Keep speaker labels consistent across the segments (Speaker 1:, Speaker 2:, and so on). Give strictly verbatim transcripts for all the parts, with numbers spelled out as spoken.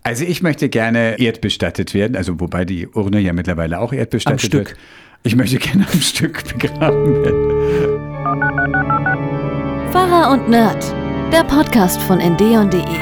Speaker 1: Also ich möchte gerne erdbestattet werden, also wobei die Urne ja mittlerweile auch erdbestattet
Speaker 2: am Stück.
Speaker 1: wird. Ich möchte gerne am Stück begraben werden.
Speaker 3: Pfarrer und Nerd, der Podcast von n d und d e.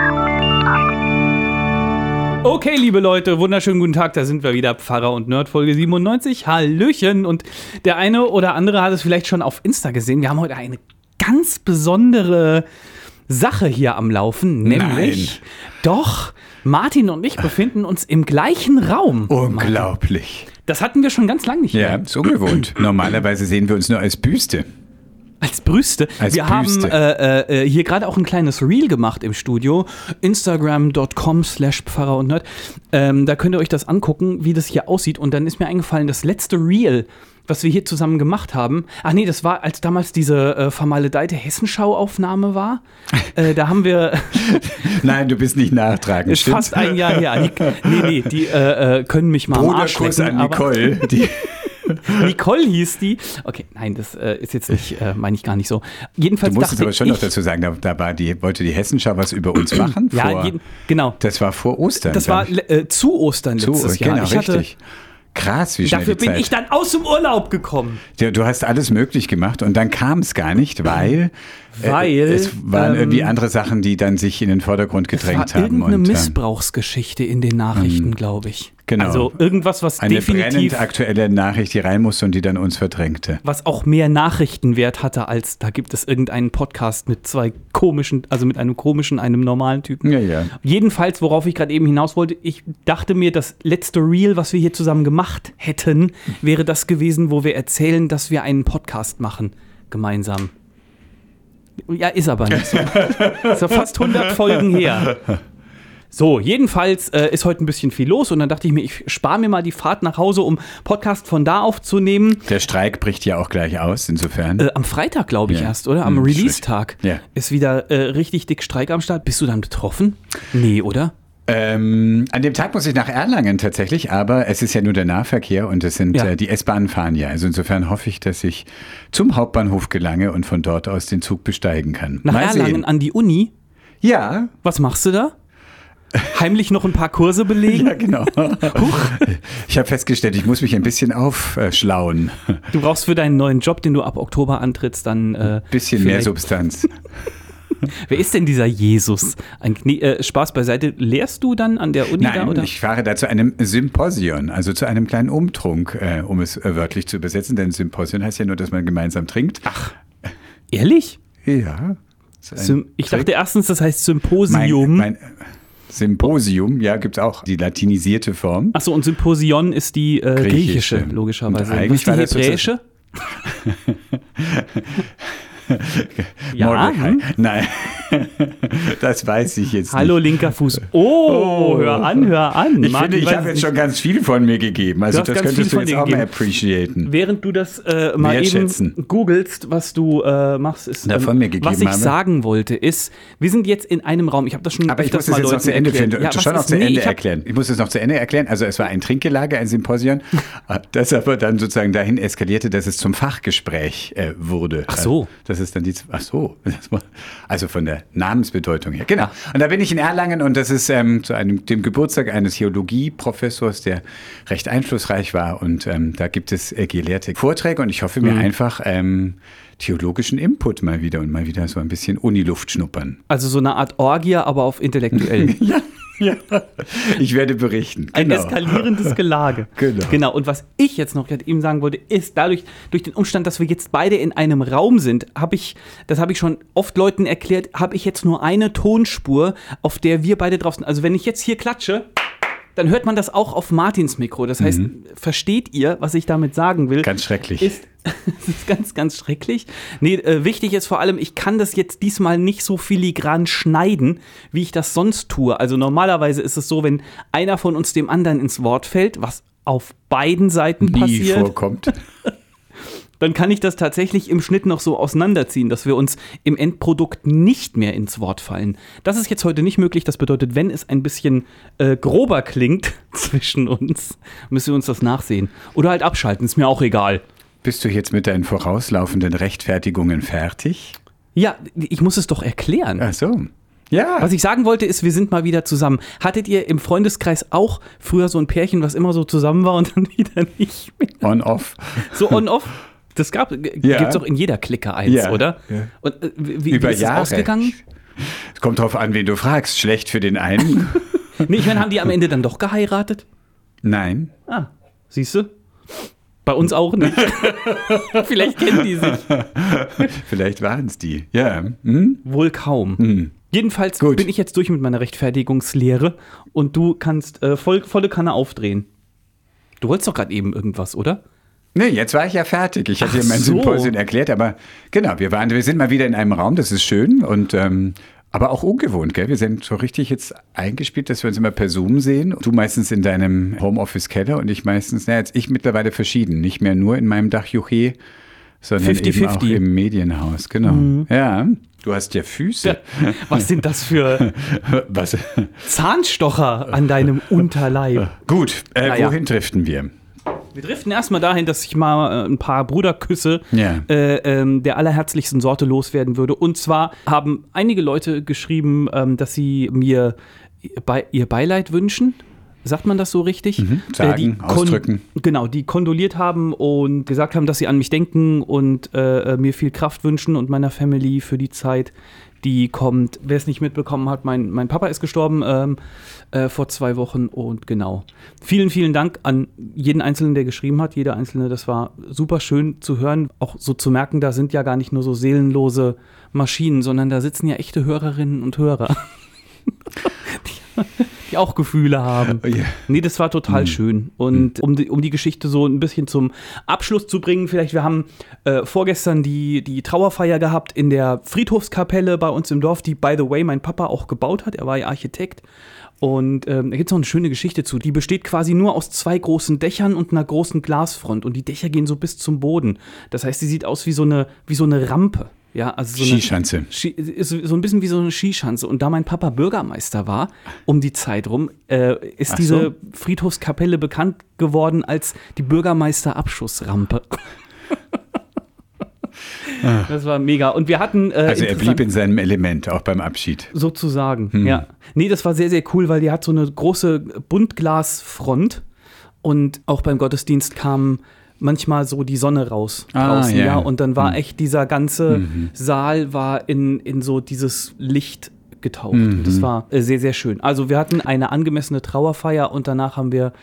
Speaker 2: Okay, liebe Leute, wunderschönen guten Tag, da sind wir wieder, Pfarrer und Nerd, Folge siebenundneunzig, Hallöchen. Und der eine oder andere hat es vielleicht schon auf Insta gesehen, wir haben heute eine ganz besondere Sache hier am Laufen, nämlich,
Speaker 1: Nein.
Speaker 2: Doch, Martin und ich befinden uns im gleichen Raum.
Speaker 1: Unglaublich.
Speaker 2: Martin. Das hatten wir schon ganz lange nicht mehr.
Speaker 1: Ja, ist ungewohnt. Normalerweise sehen wir uns nur als Büste.
Speaker 2: Als Brüste.
Speaker 1: Als
Speaker 2: wir
Speaker 1: Büste.
Speaker 2: haben äh, äh, hier gerade auch ein kleines Reel gemacht im Studio. Instagram dot com slash Pfarrer und Nerd. Ähm, da könnt ihr euch das angucken, wie das hier aussieht. Und dann ist mir eingefallen, das letzte Reel, was wir hier zusammen gemacht haben. Ach nee, das war, als damals diese äh, vermaledeite Hessenschau-Aufnahme war. Äh, da haben wir...
Speaker 1: Nein, du bist nicht nachtragend.
Speaker 2: Ist fast ein Jahr her. Die, nee, nee, die äh, äh, können mich mal am Arsch
Speaker 1: Bruderkuss
Speaker 2: lecken.
Speaker 1: an Nicole. Die
Speaker 2: Nicole hieß die. Okay, nein, das äh, ist jetzt nicht, äh, meine ich gar nicht so. Jedenfalls
Speaker 1: Du musst es
Speaker 2: dachte
Speaker 1: aber schon
Speaker 2: ich,
Speaker 1: noch dazu sagen, da, da war die, wollte die Hessenschau was über uns machen.
Speaker 2: ja,
Speaker 1: vor,
Speaker 2: jeden, genau.
Speaker 1: Das war vor Ostern.
Speaker 2: Das war äh, zu Ostern
Speaker 1: zu,
Speaker 2: letztes Jahr.
Speaker 1: Genau,
Speaker 2: ich hatte,
Speaker 1: richtig. Krass, wie schnell
Speaker 2: dafür
Speaker 1: die
Speaker 2: bin
Speaker 1: Zeit.
Speaker 2: ich dann aus dem Urlaub gekommen.
Speaker 1: Ja, du hast alles möglich gemacht und dann kam es gar nicht, weil,
Speaker 2: Weil,
Speaker 1: äh, es waren
Speaker 2: ähm,
Speaker 1: irgendwie andere Sachen, die dann sich in den Vordergrund
Speaker 2: Es
Speaker 1: gedrängt
Speaker 2: war
Speaker 1: haben.
Speaker 2: irgendeine
Speaker 1: und, ähm,
Speaker 2: Missbrauchsgeschichte in den Nachrichten, glaube ich.
Speaker 1: Genau.
Speaker 2: Also irgendwas, was
Speaker 1: eine
Speaker 2: definitiv,
Speaker 1: brennend aktuelle Nachricht, die rein musste und die dann uns verdrängte.
Speaker 2: was auch mehr Nachrichtenwert hatte, als da gibt es irgendeinen Podcast mit zwei komischen, also mit einem komischen, einem normalen Typen.
Speaker 1: Ja, ja.
Speaker 2: Jedenfalls, worauf ich gerade eben hinaus wollte, ich dachte mir, das letzte Reel, was wir hier zusammen gemacht hätten, wäre das gewesen, wo wir erzählen, dass wir einen Podcast machen, gemeinsam. Ja, ist aber nicht so. Ist ja fast hundert Folgen her. So, jedenfalls äh, ist heute ein bisschen viel los und dann dachte ich mir, ich spare mir mal die Fahrt nach Hause, um Podcast von da aufzunehmen.
Speaker 1: Der Streik bricht ja auch gleich aus, insofern.
Speaker 2: Äh, am Freitag, glaube ich,
Speaker 1: Ja.
Speaker 2: erst, oder? Am
Speaker 1: Hm,
Speaker 2: Release-Tag
Speaker 1: Ja.
Speaker 2: ist wieder äh, richtig dick Streik am Start. Bist du dann betroffen? Nee, oder?
Speaker 1: Ähm, an dem Tag muss ich nach Erlangen tatsächlich, aber es ist ja nur der Nahverkehr und es sind
Speaker 2: Ja.
Speaker 1: äh, die S-Bahnen fahren ja. Also insofern hoffe ich, dass ich zum Hauptbahnhof gelange und von dort aus den Zug besteigen kann.
Speaker 2: Nach
Speaker 1: Mal
Speaker 2: Erlangen
Speaker 1: sehen.
Speaker 2: an die Uni?
Speaker 1: Ja,
Speaker 2: Was machst du da? Heimlich noch ein paar Kurse belegen?
Speaker 1: ja genau. Ich habe festgestellt, ich muss mich ein bisschen aufschlauen.
Speaker 2: Du brauchst für deinen neuen Job, den du ab Oktober antrittst, dann äh,
Speaker 1: Bisschen mehr
Speaker 2: vielleicht-
Speaker 1: Substanz.
Speaker 2: Wer ist denn dieser Jesus? Ein nee, äh, Spaß beiseite. Lehrst du dann an der Uni da?
Speaker 1: Nein,
Speaker 2: Oder?
Speaker 1: ich fahre da zu einem Symposion, also zu einem kleinen Umtrunk, äh, um es äh, wörtlich zu übersetzen, denn Symposion heißt ja nur, dass man gemeinsam trinkt. Ach,
Speaker 2: Ehrlich?
Speaker 1: ja. So ein
Speaker 2: Sym- ich
Speaker 1: Trink-
Speaker 2: dachte erstens, das heißt
Speaker 1: mein,
Speaker 2: Symposium.
Speaker 1: mein äh, Symposium, ja, gibt es auch die latinisierte Form.
Speaker 2: Achso, und Symposion ist die äh, griechische.
Speaker 1: Griechische.
Speaker 2: logischerweise.
Speaker 1: Und eigentlich
Speaker 2: Was
Speaker 1: war
Speaker 2: ist
Speaker 1: das
Speaker 2: die hebräische? Ja.
Speaker 1: Mordecai. Nein, das weiß ich jetzt
Speaker 2: Hallo,
Speaker 1: nicht.
Speaker 2: linker Fuß. Oh,
Speaker 1: Oh.
Speaker 2: hör an, hör an.
Speaker 1: Ich
Speaker 2: Martin
Speaker 1: finde, ich
Speaker 2: weiß
Speaker 1: habe
Speaker 2: es
Speaker 1: jetzt schon
Speaker 2: nicht.
Speaker 1: ganz viel von mir gegeben. Also
Speaker 2: hast
Speaker 1: das
Speaker 2: ganz
Speaker 1: könntest
Speaker 2: viel
Speaker 1: du
Speaker 2: von
Speaker 1: jetzt
Speaker 2: dir
Speaker 1: auch mal
Speaker 2: gegeben.
Speaker 1: appreciaten.
Speaker 2: Während du das äh, mal
Speaker 1: Wertschätzen.
Speaker 2: eben googelst, was du äh, machst, ist,
Speaker 1: Da von mir gegeben
Speaker 2: was ich
Speaker 1: habe.
Speaker 2: sagen wollte, ist, wir sind jetzt in einem Raum, ich habe das schon
Speaker 1: Aber ich
Speaker 2: öfters
Speaker 1: muss das
Speaker 2: mal
Speaker 1: jetzt noch
Speaker 2: Leuten
Speaker 1: zu Ende
Speaker 2: erklärt.
Speaker 1: führen.
Speaker 2: Ja,
Speaker 1: schon
Speaker 2: was
Speaker 1: noch
Speaker 2: ist-
Speaker 1: zu
Speaker 2: nee,
Speaker 1: Ende
Speaker 2: ich hab-
Speaker 1: erklären. Ich muss es noch zu Ende erklären. Also es war ein Trinkgelage, ein Symposion, das aber dann sozusagen dahin eskalierte, dass es zum Fachgespräch äh, wurde.
Speaker 2: Ach so.
Speaker 1: Das ist dann die, ach so. Das war, also von der Namensbedeutung her. Genau. Und da bin ich in Erlangen und das ist ähm, zu einem, dem Geburtstag eines Theologieprofessors, der recht einflussreich war. Und ähm, da gibt es äh, gelehrte Vorträge und ich hoffe mir
Speaker 2: Mhm.
Speaker 1: einfach ähm, theologischen Input mal wieder und mal wieder so ein bisschen Uniluft schnuppern.
Speaker 2: Also so eine Art Orgie, aber auf intellektuell.
Speaker 1: Ja, ja. Ich werde berichten.
Speaker 2: Ein
Speaker 1: Genau.
Speaker 2: eskalierendes Gelage.
Speaker 1: Genau.
Speaker 2: Genau. Und was ich jetzt noch gerade eben sagen wollte, ist dadurch, durch den Umstand, dass wir jetzt beide in einem Raum sind, habe ich, das habe ich schon oft Leuten erklärt, habe ich jetzt nur eine Tonspur, auf der wir beide drauf sind. Also wenn ich jetzt hier klatsche, dann hört man das auch auf Martins Mikro. Das heißt, versteht ihr, was ich damit sagen will?
Speaker 1: Ganz schrecklich.
Speaker 2: Ist, das ist ganz, ganz schrecklich. Nee, äh, wichtig ist vor allem, ich kann das jetzt diesmal nicht so filigran schneiden, wie ich das sonst tue. Also normalerweise ist es so, wenn einer von uns dem anderen ins Wort fällt, was auf beiden Seiten
Speaker 1: Nie
Speaker 2: passiert,
Speaker 1: vorkommt.
Speaker 2: dann kann ich das tatsächlich im Schnitt noch so auseinanderziehen, dass wir uns im Endprodukt nicht mehr ins Wort fallen. Das ist jetzt heute nicht möglich. Das bedeutet, wenn es ein bisschen äh, grober klingt zwischen uns, müssen wir uns das nachsehen. Oder halt abschalten, ist mir auch egal.
Speaker 1: Bist du jetzt mit deinen vorauslaufenden Rechtfertigungen fertig?
Speaker 2: Ja, ich muss es doch erklären.
Speaker 1: Ach so. Ja.
Speaker 2: Was ich sagen wollte, ist, wir sind mal wieder zusammen. Hattet ihr im Freundeskreis auch früher so ein Pärchen, was immer so zusammen war und dann wieder nicht mehr?
Speaker 1: On-off.
Speaker 2: So on-off? Das gab, g-
Speaker 1: Ja.
Speaker 2: gibt's doch in jeder Clique eins,
Speaker 1: Ja.
Speaker 2: oder?
Speaker 1: Ja.
Speaker 2: Und äh, wie, wie
Speaker 1: Über
Speaker 2: ist das
Speaker 1: Jahre.
Speaker 2: ausgegangen?
Speaker 1: Es kommt drauf an, wen du fragst. Schlecht für den einen?
Speaker 2: Nee, ich meine, haben die am Ende dann doch geheiratet?
Speaker 1: Nein.
Speaker 2: Ah, siehst du? Bei uns auch nicht. Vielleicht kennen die sich.
Speaker 1: Vielleicht waren es die. Ja. Hm?
Speaker 2: Wohl kaum.
Speaker 1: Hm.
Speaker 2: Jedenfalls
Speaker 1: Gut.
Speaker 2: bin ich jetzt durch mit meiner Rechtfertigungslehre und du kannst äh, voll, volle Kanne aufdrehen. Du wolltest doch gerade eben irgendwas, oder?
Speaker 1: Nee, jetzt war ich ja fertig. Ich hatte
Speaker 2: Ach
Speaker 1: ja mein
Speaker 2: so.
Speaker 1: Symposium erklärt, aber genau, wir waren, wir sind mal wieder in einem Raum, das ist schön und ähm, aber auch ungewohnt, gell? Wir sind so richtig jetzt eingespielt, dass wir uns immer per Zoom sehen. Du meistens in deinem Homeoffice-Keller und ich meistens, naja, jetzt ich mittlerweile verschieden. Nicht mehr nur in meinem Dachjuche, sondern
Speaker 2: fifty
Speaker 1: eben auch
Speaker 2: fifty.
Speaker 1: im Medienhaus, genau.
Speaker 2: Mhm.
Speaker 1: Ja, du hast ja Füße.
Speaker 2: Was sind das für
Speaker 1: Was?
Speaker 2: Zahnstocher an deinem Unterleib?
Speaker 1: Gut, äh,
Speaker 2: Naja.
Speaker 1: wohin driften wir?
Speaker 2: Wir driften erstmal dahin, dass ich mal äh, ein paar Bruderküsse
Speaker 1: Ja.
Speaker 2: äh, ähm, der allerherzlichsten Sorte loswerden würde. Und zwar haben einige Leute geschrieben, ähm, dass sie mir bei, ihr Beileid wünschen. Sagt man das so richtig?
Speaker 1: Mhm. Sagen,
Speaker 2: die kon-
Speaker 1: ausdrücken.
Speaker 2: Genau, die kondoliert haben und gesagt haben, dass sie an mich denken und äh, mir viel Kraft wünschen und meiner Family für die Zeit, die kommt. Wer es nicht mitbekommen hat, mein, mein Papa ist gestorben ähm, äh, vor zwei Wochen und genau. Vielen, vielen Dank an jeden Einzelnen, der geschrieben hat. Jeder Einzelne, das war super schön zu hören. Auch so zu merken, da sind ja gar nicht nur so seelenlose Maschinen, sondern da sitzen ja echte Hörerinnen und Hörer. die, die auch Gefühle haben.
Speaker 1: Oh ja.
Speaker 2: Nee, das war total
Speaker 1: Mhm.
Speaker 2: schön. Und um die, um die Geschichte so ein bisschen zum Abschluss zu bringen, vielleicht, wir haben äh, vorgestern die, die Trauerfeier gehabt in der Friedhofskapelle bei uns im Dorf, die, by the way, mein Papa auch gebaut hat. Er war ja Architekt. Und ähm, da gibt es noch eine schöne Geschichte zu. Die besteht quasi nur aus zwei großen Dächern und einer großen Glasfront. Und die Dächer gehen so bis zum Boden. Das heißt, sie sieht aus wie so eine, wie so eine Rampe. Ja, also so eine
Speaker 1: Skischanze.
Speaker 2: Ski, ist so ein bisschen wie so eine Skischanze. Und da mein Papa Bürgermeister war, um die Zeit rum, äh, ist
Speaker 1: Ach
Speaker 2: diese
Speaker 1: so.
Speaker 2: Friedhofskapelle bekannt geworden als die Bürgermeisterabschussrampe. Das war mega. Und wir hatten. Äh,
Speaker 1: Also er
Speaker 2: interessant-
Speaker 1: blieb in seinem Element, auch beim Abschied.
Speaker 2: Sozusagen,
Speaker 1: Hm.
Speaker 2: ja. Nee, das war sehr, sehr cool, weil die hat so eine große Buntglasfront und auch beim Gottesdienst kam manchmal so die Sonne raus
Speaker 1: Ah,
Speaker 2: draußen,
Speaker 1: ja.
Speaker 2: ja. Und dann war
Speaker 1: Hm.
Speaker 2: echt dieser ganze
Speaker 1: Mhm.
Speaker 2: Saal war in, in so dieses Licht getaucht.
Speaker 1: Mhm.
Speaker 2: Das war äh, sehr, sehr schön. Also wir hatten eine angemessene Trauerfeier und danach haben wir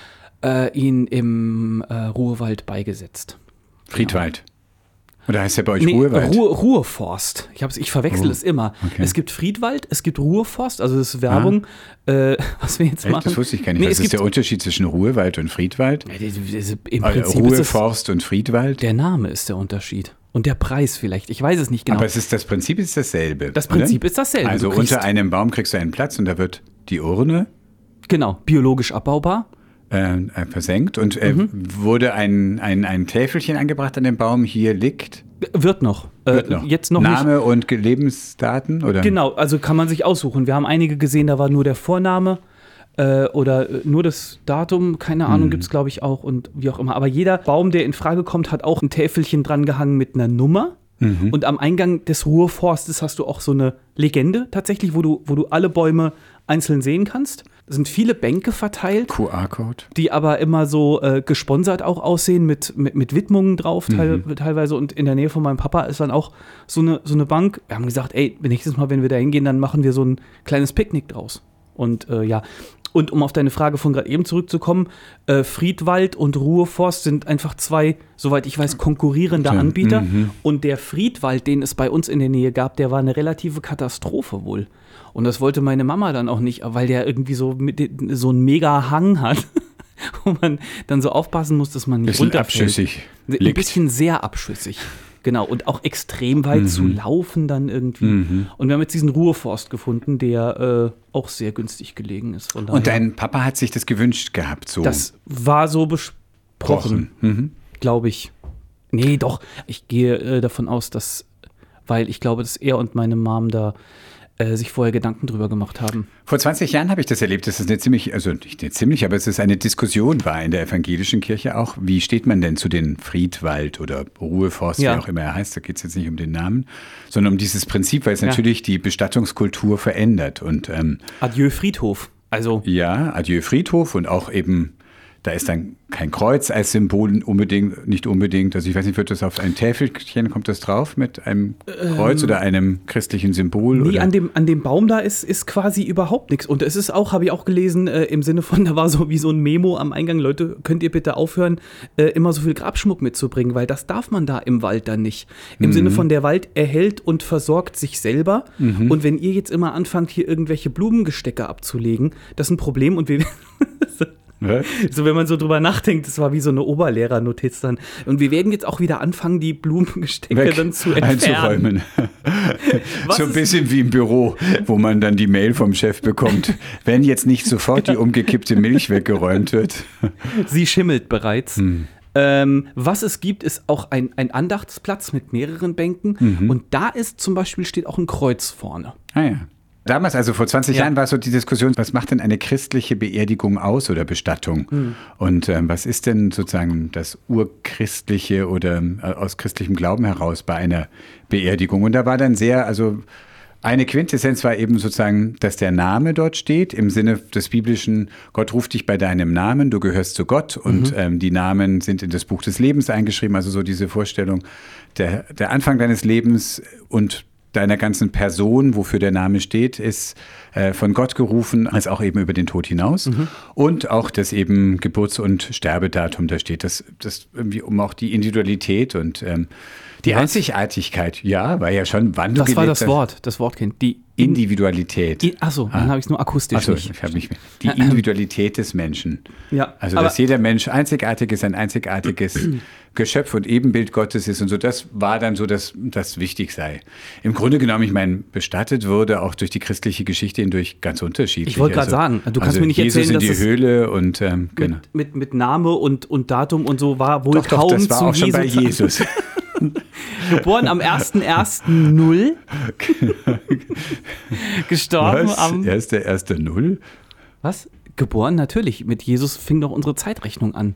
Speaker 2: äh, ihn im äh, Ruhrwald beigesetzt.
Speaker 1: Friedwald. Oder heißt der bei euch
Speaker 2: Nee,
Speaker 1: Ruhrwald?
Speaker 2: Ruhr, Ruhrforst. Ich, hab's, ich verwechsel
Speaker 1: Oh,
Speaker 2: es immer.
Speaker 1: okay.
Speaker 2: Es gibt Friedwald, es gibt Ruhrforst, also das ist Werbung, äh, was wir jetzt
Speaker 1: Echt?
Speaker 2: machen.
Speaker 1: Das wusste ich gar nicht.
Speaker 2: Nee,
Speaker 1: Was
Speaker 2: es
Speaker 1: ist
Speaker 2: gibt,
Speaker 1: der Unterschied zwischen Ruhrwald und Friedwald?
Speaker 2: Ja, das- das- Im
Speaker 1: Also
Speaker 2: Prinzip
Speaker 1: Ruhe,
Speaker 2: ist es,
Speaker 1: Forst und Friedwald?
Speaker 2: der Name ist der Unterschied. Und der Preis vielleicht. Ich weiß es nicht genau.
Speaker 1: Aber es ist, das Prinzip ist dasselbe.
Speaker 2: Das Prinzip
Speaker 1: oder?
Speaker 2: ist dasselbe.
Speaker 1: Also
Speaker 2: Du kriegst-
Speaker 1: unter einem Baum kriegst du einen Platz und da wird die Urne
Speaker 2: Genau, biologisch abbaubar.
Speaker 1: äh, äh, versenkt und äh,
Speaker 2: Mhm.
Speaker 1: wurde ein, ein, ein Täfelchen angebracht an dem Baum. Hier liegt
Speaker 2: Wird noch.
Speaker 1: wird
Speaker 2: äh,
Speaker 1: noch.
Speaker 2: Jetzt noch nicht.
Speaker 1: Name und Ge- Lebensdaten? Oder?
Speaker 2: Genau, also kann man sich aussuchen. Wir haben einige gesehen, da war nur der Vorname äh, oder äh, nur das Datum, keine Ahnung,
Speaker 1: Mhm.
Speaker 2: gibt es glaube ich auch und wie auch immer. Aber jeder Baum, der in Frage kommt, hat auch ein Täfelchen dran gehangen mit einer Nummer.
Speaker 1: Mhm.
Speaker 2: Und am Eingang des Ruhrforstes hast du auch so eine Legende tatsächlich, wo du, wo du alle Bäume einzeln sehen kannst. Es sind viele Bänke verteilt,
Speaker 1: Q R-Code.
Speaker 2: die aber immer so äh, gesponsert auch aussehen, mit, mit, mit Widmungen drauf teil, teilweise. Und in der Nähe von meinem Papa ist dann auch so eine, so eine Bank. Wir haben gesagt, ey, nächstes Mal, wenn wir da hingehen, dann machen wir so ein kleines Picknick draus. Und äh, ja, und um auf deine Frage von gerade eben zurückzukommen, äh, Friedwald und Ruhrforst sind einfach zwei, soweit ich weiß, konkurrierende
Speaker 1: Ja,
Speaker 2: Anbieter.
Speaker 1: mhm.
Speaker 2: Und der Friedwald, den es bei uns in der Nähe gab, der war eine relative Katastrophe wohl. Und das wollte meine Mama dann auch nicht, weil der irgendwie so, mit, so einen mega Hang hat, wo man dann so aufpassen muss, dass man nicht
Speaker 1: Bisschen
Speaker 2: runterfällt.
Speaker 1: abschüssig
Speaker 2: Ein
Speaker 1: liegt.
Speaker 2: bisschen sehr abschüssig. Genau, und auch extrem weit
Speaker 1: Mhm.
Speaker 2: zu laufen dann irgendwie.
Speaker 1: Mhm.
Speaker 2: Und wir haben jetzt diesen Ruhrforst gefunden, der äh, auch sehr günstig gelegen ist. Von daher.
Speaker 1: Und dein Papa hat sich das gewünscht gehabt, so
Speaker 2: Das war so besprochen,
Speaker 1: Mhm.
Speaker 2: glaube ich. Nee, doch. Ich gehe äh, davon aus, dass, weil ich glaube, dass er und meine Mom da äh, sich vorher Gedanken drüber gemacht haben.
Speaker 1: Vor zwanzig Jahren habe ich das erlebt. Das ist eine ziemlich, also nicht eine ziemlich, aber es ist eine Diskussion war in der evangelischen Kirche auch. Wie steht man denn zu den Friedwald oder Ruheforst, ja. wie auch immer er heißt? Da geht es jetzt nicht um den Namen, sondern um dieses Prinzip, weil es ja. natürlich die Bestattungskultur verändert. Und, ähm,
Speaker 2: Adieu Friedhof. Also
Speaker 1: ja, Adieu Friedhof und auch eben, da ist dann kein Kreuz als Symbol unbedingt, nicht unbedingt. Also ich weiß nicht, wird das auf ein Täfelchen, kommt das drauf mit einem Kreuz ähm, oder einem christlichen Symbol?
Speaker 2: Nee,
Speaker 1: oder?
Speaker 2: An, dem, an dem Baum da ist, ist quasi überhaupt nichts. Und es ist auch, habe ich auch gelesen, äh, im Sinne von, da war so wie so ein Memo am Eingang, Leute, könnt ihr bitte aufhören, äh, immer so viel Grabschmuck mitzubringen, weil das darf man da im Wald dann nicht. Im mhm. Sinne von, der Wald erhält und versorgt sich selber. Mhm. Und wenn ihr jetzt immer anfangt, hier irgendwelche Blumengestecke abzulegen, das ist ein Problem und wir... So, wenn man so drüber nachdenkt, das war wie so eine Oberlehrernotiz dann. Und wir werden jetzt auch wieder anfangen, die Blumengestecke Weg dann zu entfernen.
Speaker 1: Einzuräumen. So ein bisschen wie im Büro, wo man dann die Mail vom Chef bekommt, wenn jetzt nicht sofort die umgekippte Milch weggeräumt wird.
Speaker 2: Sie schimmelt bereits. Hm. Ähm, was es gibt, ist auch ein, ein Andachtsplatz mit mehreren Bänken. Mhm. Und da ist zum Beispiel, steht auch ein Kreuz vorne.
Speaker 1: Ah ja. Damals, also vor zwanzig ja. Jahren, war so die Diskussion, was macht denn eine christliche Beerdigung aus oder Bestattung? Mhm. Und ähm, was ist denn sozusagen das urchristliche oder äh, aus christlichem Glauben heraus bei einer Beerdigung? Und da war dann sehr, also eine Quintessenz war eben sozusagen, dass der Name dort steht, im Sinne des biblischen, Gott ruft dich bei deinem Namen, du gehörst zu Gott und mhm. ähm, die Namen sind in das Buch des Lebens eingeschrieben, also so diese Vorstellung, der, der Anfang deines Lebens und deiner ganzen Person, wofür der Name steht, ist äh, von Gott gerufen, als auch eben über den Tod hinaus. Mhm. Und auch das eben Geburts- und Sterbedatum da steht. Das, das irgendwie um auch die Individualität und ähm, die Was? Einzigartigkeit. Ja, war ja schon, wann du
Speaker 2: Das war das hast. Wort, das Wortkind. Die
Speaker 1: Individualität.
Speaker 2: In, achso, dann ah. habe ich es nur akustisch
Speaker 1: Achso,
Speaker 2: nicht.
Speaker 1: Ich hab mich, die Individualität des Menschen.
Speaker 2: Ja,
Speaker 1: also, dass jeder Mensch einzigartig ist, ein einzigartiges Geschöpf und Ebenbild Gottes ist und so, das war dann so, dass das wichtig sei. Im Grunde genommen, ich meine, bestattet wurde auch durch die christliche Geschichte hindurch ganz unterschiedlich.
Speaker 2: Ich wollte gerade
Speaker 1: also,
Speaker 2: sagen, du kannst
Speaker 1: also
Speaker 2: mir nicht
Speaker 1: Jesus
Speaker 2: erzählen,
Speaker 1: in
Speaker 2: dass
Speaker 1: die Höhle und ähm,
Speaker 2: mit,
Speaker 1: genau.
Speaker 2: mit, mit Name und, und Datum und so war wohl
Speaker 1: doch,
Speaker 2: kaum
Speaker 1: doch, das war
Speaker 2: zum
Speaker 1: auch schon bei Jesus.
Speaker 2: Geboren am ersten ersten null Gestorben
Speaker 1: Was?
Speaker 2: am...
Speaker 1: Er ist der erste Null?
Speaker 2: Was? Geboren? Natürlich. Mit Jesus fing doch unsere Zeitrechnung an.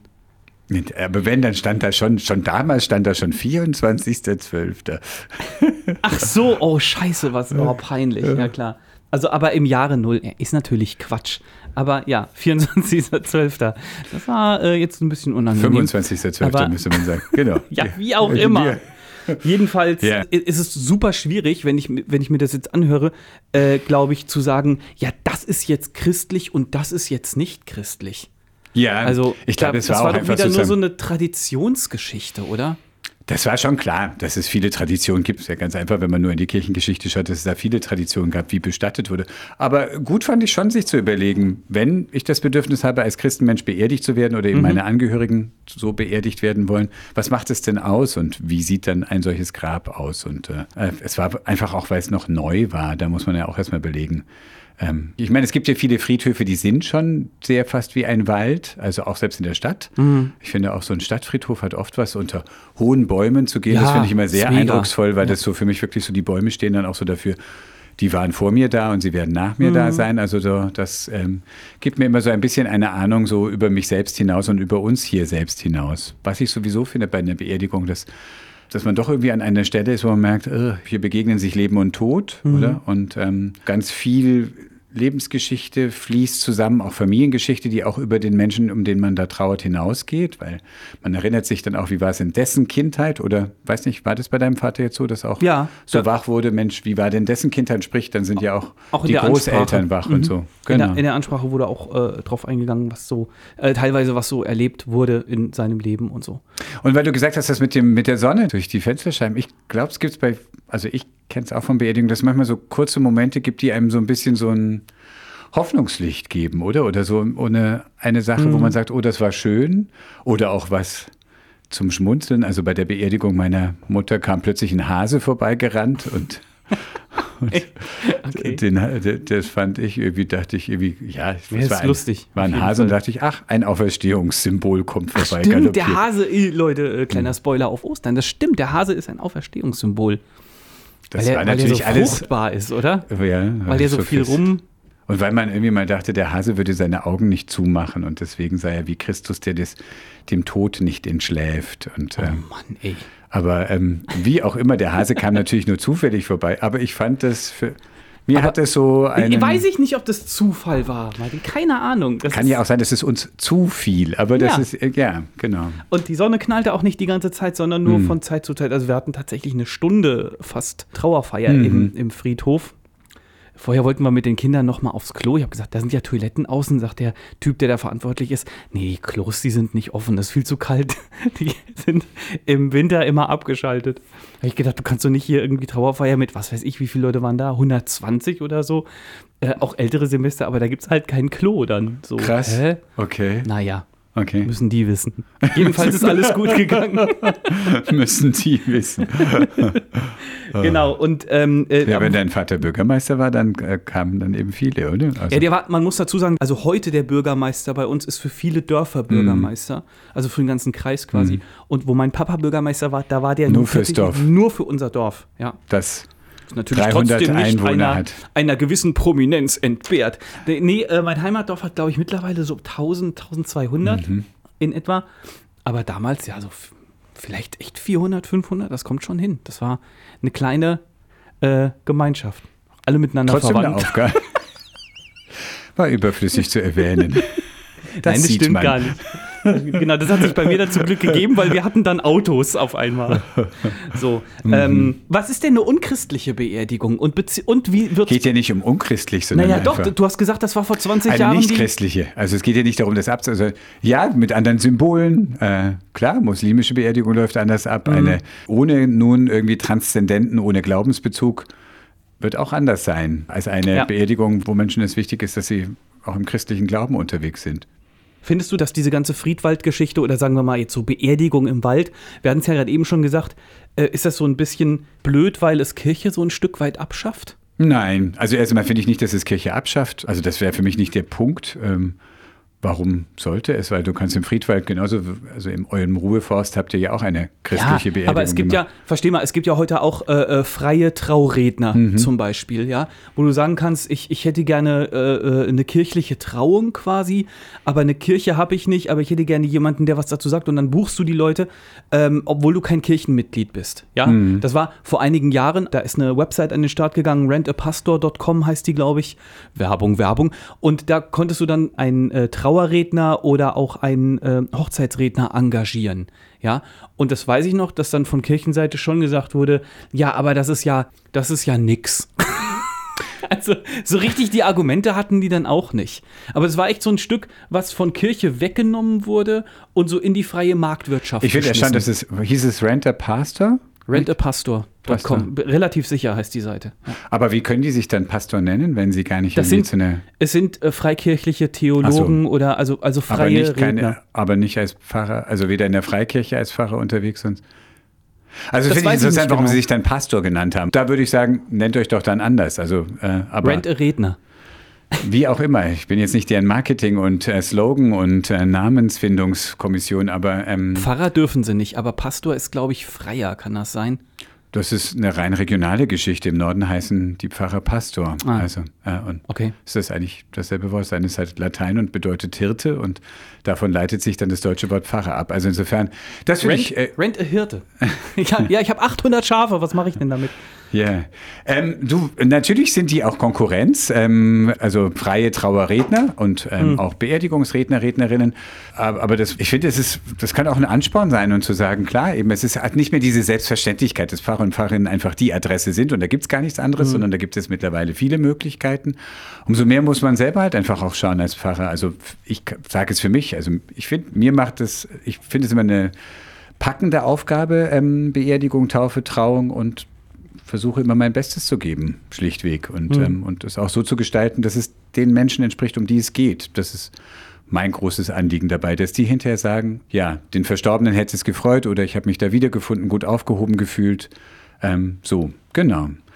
Speaker 1: Aber wenn, dann stand da schon, schon damals stand da schon vierundzwanzigster zwölfter
Speaker 2: Ach so, oh scheiße, was, oh peinlich, ja klar. Also aber im Jahre Null ist natürlich Quatsch. Aber ja, vierundzwanzigster zwölfter Das war äh, jetzt ein bisschen unangenehm.
Speaker 1: fünfundzwanzigster zwölfter müsste man sagen, genau.
Speaker 2: Ja, wie auch immer. Jedenfalls yeah. ist es super schwierig, wenn ich, wenn ich mir das jetzt anhöre, äh, glaube ich, zu sagen, ja, das ist jetzt christlich und das ist jetzt nicht christlich.
Speaker 1: Ja,
Speaker 2: also
Speaker 1: ich glaube,
Speaker 2: das
Speaker 1: war,
Speaker 2: war
Speaker 1: auch
Speaker 2: doch
Speaker 1: einfach
Speaker 2: wieder nur
Speaker 1: so
Speaker 2: eine Traditionsgeschichte, oder?
Speaker 1: Das war schon klar, dass es viele Traditionen gibt. Es ist ja ganz einfach, wenn man nur in die Kirchengeschichte schaut, dass es da viele Traditionen gab, wie bestattet wurde. Aber gut fand ich schon, sich zu überlegen, wenn ich das Bedürfnis habe, als Christenmensch beerdigt zu werden oder eben mhm. meine Angehörigen so beerdigt werden wollen, was macht es denn aus und wie sieht dann ein solches Grab aus? Und äh, es war einfach auch, weil es noch neu war, da muss man ja auch erstmal belegen. Ähm, ich meine, es gibt ja viele Friedhöfe, die sind schon sehr fast wie ein Wald, also auch selbst in der Stadt. Mhm. Ich finde auch so ein Stadtfriedhof hat oft was, unter hohen Bäumen zu gehen. Ja, das finde ich immer sehr eindrucksvoll, weil ja. das so für mich wirklich so, die Bäume stehen dann auch so dafür, die waren vor mir da und sie werden nach mir mhm. da sein. Also so, das ähm, gibt mir immer so ein bisschen eine Ahnung so über mich selbst hinaus und über uns hier selbst hinaus. Was ich sowieso finde bei einer Beerdigung, dass dass man doch irgendwie an einer Stelle ist, wo man merkt, oh, hier begegnen sich Leben und Tod, mhm. oder? Und ähm, ganz viel Lebensgeschichte fließt zusammen, auch Familiengeschichte, die auch über den Menschen, um den man da trauert, hinausgeht, weil man erinnert sich dann auch, wie war es in dessen Kindheit oder, weiß nicht, war das bei deinem Vater jetzt so, dass auch
Speaker 2: ja,
Speaker 1: so wach wurde, Mensch, wie war denn dessen Kindheit? Sprich, dann sind ja auch, auch die Großeltern
Speaker 2: Ansprache.
Speaker 1: wach
Speaker 2: mhm.
Speaker 1: und so.
Speaker 2: Genau. In, der, in der Ansprache wurde auch äh, drauf eingegangen, was so, äh, teilweise was so erlebt wurde in seinem Leben und so.
Speaker 1: Und weil du gesagt hast, das mit dem mit der Sonne durch die Fensterscheiben, ich glaube, es gibt es bei, also ich kenne es auch von Beerdigungen, dass es manchmal so kurze Momente gibt, die einem so ein bisschen so ein Hoffnungslicht geben, oder? Oder so eine, eine Sache, mhm. wo man sagt, oh, das war schön. Oder auch was zum Schmunzeln. Also bei der Beerdigung meiner Mutter kam plötzlich ein Hase vorbeigerannt und, und okay. den, das fand ich irgendwie, dachte ich irgendwie, ja, das
Speaker 2: ja,
Speaker 1: war,
Speaker 2: ist lustig,
Speaker 1: ein, war ein Hase Fall. Und dachte ich, ach, ein Auferstehungssymbol kommt vorbei.
Speaker 2: Ach, stimmt, der Hase, Leute, äh, kleiner Spoiler auf Ostern, das stimmt, der Hase ist ein Auferstehungssymbol.
Speaker 1: das
Speaker 2: weil
Speaker 1: war
Speaker 2: er, weil
Speaker 1: natürlich
Speaker 2: er so
Speaker 1: alles.
Speaker 2: fruchtbar ist, oder?
Speaker 1: Ja,
Speaker 2: Weil der so, so viel rum.
Speaker 1: Und weil man irgendwie mal dachte, der Hase würde seine Augen nicht zumachen und deswegen sei er wie Christus, der das, dem Tod nicht entschläft. Und,
Speaker 2: Oh
Speaker 1: ähm,
Speaker 2: Mann, ey.
Speaker 1: aber ähm, wie auch immer, der Hase kam natürlich nur zufällig vorbei. Aber ich fand das für. Mir
Speaker 2: aber
Speaker 1: hat das so einen.
Speaker 2: Weiß ich nicht, ob das Zufall war, Martin. Keine Ahnung. Das
Speaker 1: kann ja auch sein, dass es uns zu viel. Aber das
Speaker 2: Ja.
Speaker 1: ist, äh, ja, genau.
Speaker 2: Und die Sonne knallte auch nicht die ganze Zeit, sondern nur
Speaker 1: Mhm.
Speaker 2: von Zeit zu Zeit. Also wir hatten tatsächlich eine Stunde fast Trauerfeier
Speaker 1: Mhm.
Speaker 2: im, im Friedhof. Vorher wollten wir mit den Kindern noch mal aufs Klo. Ich habe gesagt, da sind ja Toiletten außen, sagt der Typ, der da verantwortlich ist. Nee, die Klos, die sind nicht offen, das ist viel zu kalt. Die sind im Winter immer abgeschaltet. Da habe ich gedacht, du kannst doch nicht hier irgendwie Trauerfeier mit, was weiß ich, wie viele Leute waren da? hundertzwanzig oder so. Äh, auch ältere Semester, aber da gibt es halt kein Klo dann. So,
Speaker 1: Krass.
Speaker 2: Hä?
Speaker 1: Okay.
Speaker 2: Naja,
Speaker 1: Okay.
Speaker 2: müssen die wissen. Jedenfalls ist alles gut gegangen.
Speaker 1: Müssen die wissen.
Speaker 2: Genau, und ähm, äh,
Speaker 1: Ja, wenn dein Vater Bürgermeister war, dann äh, kamen dann eben viele, oder? Also,
Speaker 2: ja, der war, man muss dazu sagen, also heute der Bürgermeister bei uns ist für viele Dörfer Bürgermeister,
Speaker 1: Mhm.
Speaker 2: also für den ganzen Kreis quasi. Mhm. Und wo mein Papa Bürgermeister war, da war der
Speaker 1: Nur
Speaker 2: nur
Speaker 1: fürs Dorf.
Speaker 2: Nur für unser Dorf, ja.
Speaker 1: das
Speaker 2: Ist natürlich
Speaker 1: dreihundert
Speaker 2: trotzdem nicht
Speaker 1: Einwohner
Speaker 2: einer,
Speaker 1: hat.
Speaker 2: einer gewissen Prominenz entbehrt. Nee, äh, mein Heimatdorf hat, glaube ich, mittlerweile so tausend, tausendzweihundert
Speaker 1: Mhm.
Speaker 2: in etwa. Aber damals, ja, so f- vielleicht echt vierhundert, fünfhundert, das kommt schon hin. Das war eine kleine äh, Gemeinschaft. Alle miteinander
Speaker 1: Trotzdem eine
Speaker 2: verwandt.
Speaker 1: Aufgabe. War überflüssig zu erwähnen. Das
Speaker 2: Nein, das
Speaker 1: sieht
Speaker 2: stimmt
Speaker 1: man.
Speaker 2: gar nicht. Genau, das hat sich bei mir dann zum Glück gegeben, weil wir hatten dann Autos auf einmal. So,
Speaker 1: Mhm.
Speaker 2: ähm, was ist denn eine unchristliche Beerdigung? Und, bezie- und wie wird
Speaker 1: Geht ja nicht um unchristlich, sondern
Speaker 2: Naja, doch,
Speaker 1: einfach
Speaker 2: du hast gesagt, das war vor zwanzig
Speaker 1: eine
Speaker 2: Jahren.
Speaker 1: nicht
Speaker 2: die-
Speaker 1: christliche. Also es geht ja nicht darum, das abzu... Also, ja, mit anderen Symbolen. Äh, klar, muslimische Beerdigung läuft anders ab.
Speaker 2: Mhm.
Speaker 1: Eine ohne nun irgendwie Transzendenten, ohne Glaubensbezug wird auch anders sein als eine
Speaker 2: Ja.
Speaker 1: Beerdigung, wo Menschen es wichtig ist, dass sie auch im christlichen Glauben unterwegs sind.
Speaker 2: Findest du, dass diese ganze Friedwald-Geschichte oder sagen wir mal jetzt so Beerdigung im Wald, wir hatten es ja gerade eben schon gesagt, äh, ist das so ein bisschen blöd, weil es Kirche so ein Stück weit abschafft?
Speaker 1: Nein, also erstmal finde ich nicht, dass es Kirche abschafft. Also das wäre für mich nicht der Punkt. Ähm, warum sollte es? Weil du kannst im Friedwald genauso, also im eurem Ruheforst habt ihr ja auch eine christliche Beerdigung
Speaker 2: aber es gibt
Speaker 1: gemacht.
Speaker 2: ja, versteh mal, es gibt ja heute auch äh, äh, freie Trauredner
Speaker 1: Mhm.
Speaker 2: zum Beispiel, ja, wo du sagen kannst, ich, ich hätte gerne äh, äh, eine kirchliche Trauung quasi, aber eine Kirche habe ich nicht, aber ich hätte gerne jemanden, der was dazu sagt und dann buchst du die Leute, ähm, obwohl du kein Kirchenmitglied bist, ja.
Speaker 1: Mhm.
Speaker 2: Das war vor einigen Jahren, da ist eine Website an den Start gegangen, rent a pastor dot com heißt die, glaube ich, Werbung, Werbung, und da konntest du dann einen äh, Trauerredner oder auch einen äh, Hochzeitsredner engagieren. Ja, und das weiß ich noch, dass dann von Kirchenseite schon gesagt wurde, ja, aber das ist ja, das ist ja nix. Also so richtig die Argumente hatten die dann auch nicht. Aber es war echt so ein Stück, was von Kirche weggenommen wurde und so in die freie Marktwirtschaft
Speaker 1: Ich finde erstaunt,
Speaker 2: geschmissen.
Speaker 1: dass es, hieß es Rent a Pastor?
Speaker 2: rent a pastor dot com. Relativ sicher heißt die Seite. Ja.
Speaker 1: Aber wie können die sich dann Pastor nennen, wenn sie gar nicht
Speaker 2: Das
Speaker 1: irgendwie
Speaker 2: sind,
Speaker 1: zu einer,
Speaker 2: es sind äh, freikirchliche Theologen
Speaker 1: Ach so.
Speaker 2: oder also, also
Speaker 1: aber
Speaker 2: freie
Speaker 1: nicht, keine,
Speaker 2: Redner.
Speaker 1: aber nicht als Pfarrer, also weder in der Freikirche als Pfarrer unterwegs sonst? Also
Speaker 2: Das
Speaker 1: finde ich
Speaker 2: weiß ich
Speaker 1: interessant,
Speaker 2: nicht
Speaker 1: warum
Speaker 2: genau.
Speaker 1: sie sich dann Pastor genannt haben. Da würde ich sagen, nennt euch doch dann anders. Also, äh, aber
Speaker 2: Rent a Redner.
Speaker 1: wie auch immer. Ich bin jetzt nicht deren Marketing- und äh, Slogan- und äh, Namensfindungskommission, aber ähm,
Speaker 2: Pfarrer dürfen sie nicht, aber Pastor ist, glaube ich, freier, kann das sein?
Speaker 1: das ist eine rein regionale Geschichte. Im Norden heißen die Pfarrer Pastor.
Speaker 2: Ah.
Speaker 1: Also, äh, und
Speaker 2: Okay.
Speaker 1: ist das eigentlich dasselbe Wort? Das eine ist halt Latein und bedeutet Hirte und davon leitet sich dann das deutsche Wort Pfarrer ab. Also insofern, das finde
Speaker 2: Rent,
Speaker 1: ich... Äh,
Speaker 2: rent a Hirte. ja, ja, ich habe achthundert Schafe, was mache ich denn damit?
Speaker 1: Ja, ähm, du, natürlich sind die auch Konkurrenz, ähm, also freie Trauerredner und ähm, auch Beerdigungsredner, Rednerinnen. Aber, aber das, ich finde, das ist, das kann auch ein Ansporn sein und zu sagen, klar, eben, es ist halt nicht mehr diese Selbstverständlichkeit, dass Pfarrer und Pfarrerinnen einfach die Adresse sind und da gibt es gar nichts anderes, sondern da gibt es mittlerweile viele Möglichkeiten. Umso mehr muss man selber halt einfach auch schauen als Pfarrer. Also ich sage es für mich, also ich finde, mir macht es, ich finde es immer eine packende Aufgabe, ähm, Beerdigung, Taufe, Trauung und versuche immer mein Bestes zu geben, schlichtweg. Und,
Speaker 2: Mhm.
Speaker 1: ähm, und es auch so zu gestalten, dass es den Menschen entspricht, um die es geht. Das ist mein großes Anliegen dabei, dass die hinterher sagen, ja, den Verstorbenen hätte es gefreut oder ich habe mich da wiedergefunden, gut aufgehoben gefühlt. Ähm, so, genau.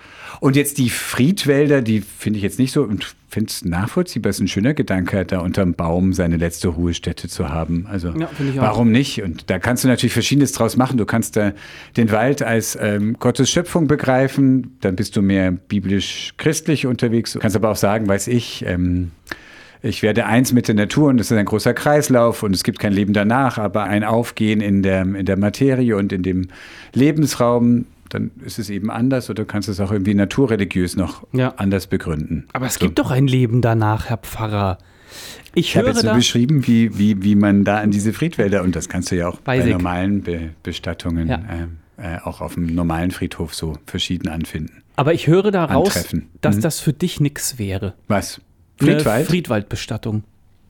Speaker 1: Und jetzt die Friedwälder, die finde ich jetzt nicht so, und finde es nachvollziehbar, es ist ein schöner Gedanke, da unterm Baum seine letzte Ruhestätte zu haben. Also
Speaker 2: Ja, finde ich auch.
Speaker 1: warum nicht? Und da kannst du natürlich Verschiedenes draus machen. Du kannst da den Wald als ähm, Gottes Schöpfung begreifen, dann bist du mehr biblisch-christlich unterwegs. Du kannst aber auch sagen, weiß ich, ähm, ich werde eins mit der Natur und es ist ein großer Kreislauf und es gibt kein Leben danach, aber ein Aufgehen in der, in der Materie und in dem Lebensraum, dann ist es eben anders oder du kannst es auch irgendwie naturreligiös noch
Speaker 2: Ja.
Speaker 1: anders begründen.
Speaker 2: Aber es
Speaker 1: So.
Speaker 2: gibt doch ein Leben danach, Herr Pfarrer. Ich,
Speaker 1: Ich habe
Speaker 2: höre
Speaker 1: jetzt so
Speaker 2: da,
Speaker 1: beschrieben, wie, wie, wie man da an diese Friedwälder, und das kannst du ja auch
Speaker 2: Weiß
Speaker 1: bei
Speaker 2: ich.
Speaker 1: normalen Be Bestattungen
Speaker 2: Ja.
Speaker 1: ähm, äh, auch auf dem normalen Friedhof so verschieden anfinden.
Speaker 2: aber ich höre da raus,
Speaker 1: Antreffen.
Speaker 2: dass
Speaker 1: Mhm.
Speaker 2: das für dich nichts wäre.
Speaker 1: Was?
Speaker 2: Eine
Speaker 1: Friedwald?
Speaker 2: Friedwaldbestattung.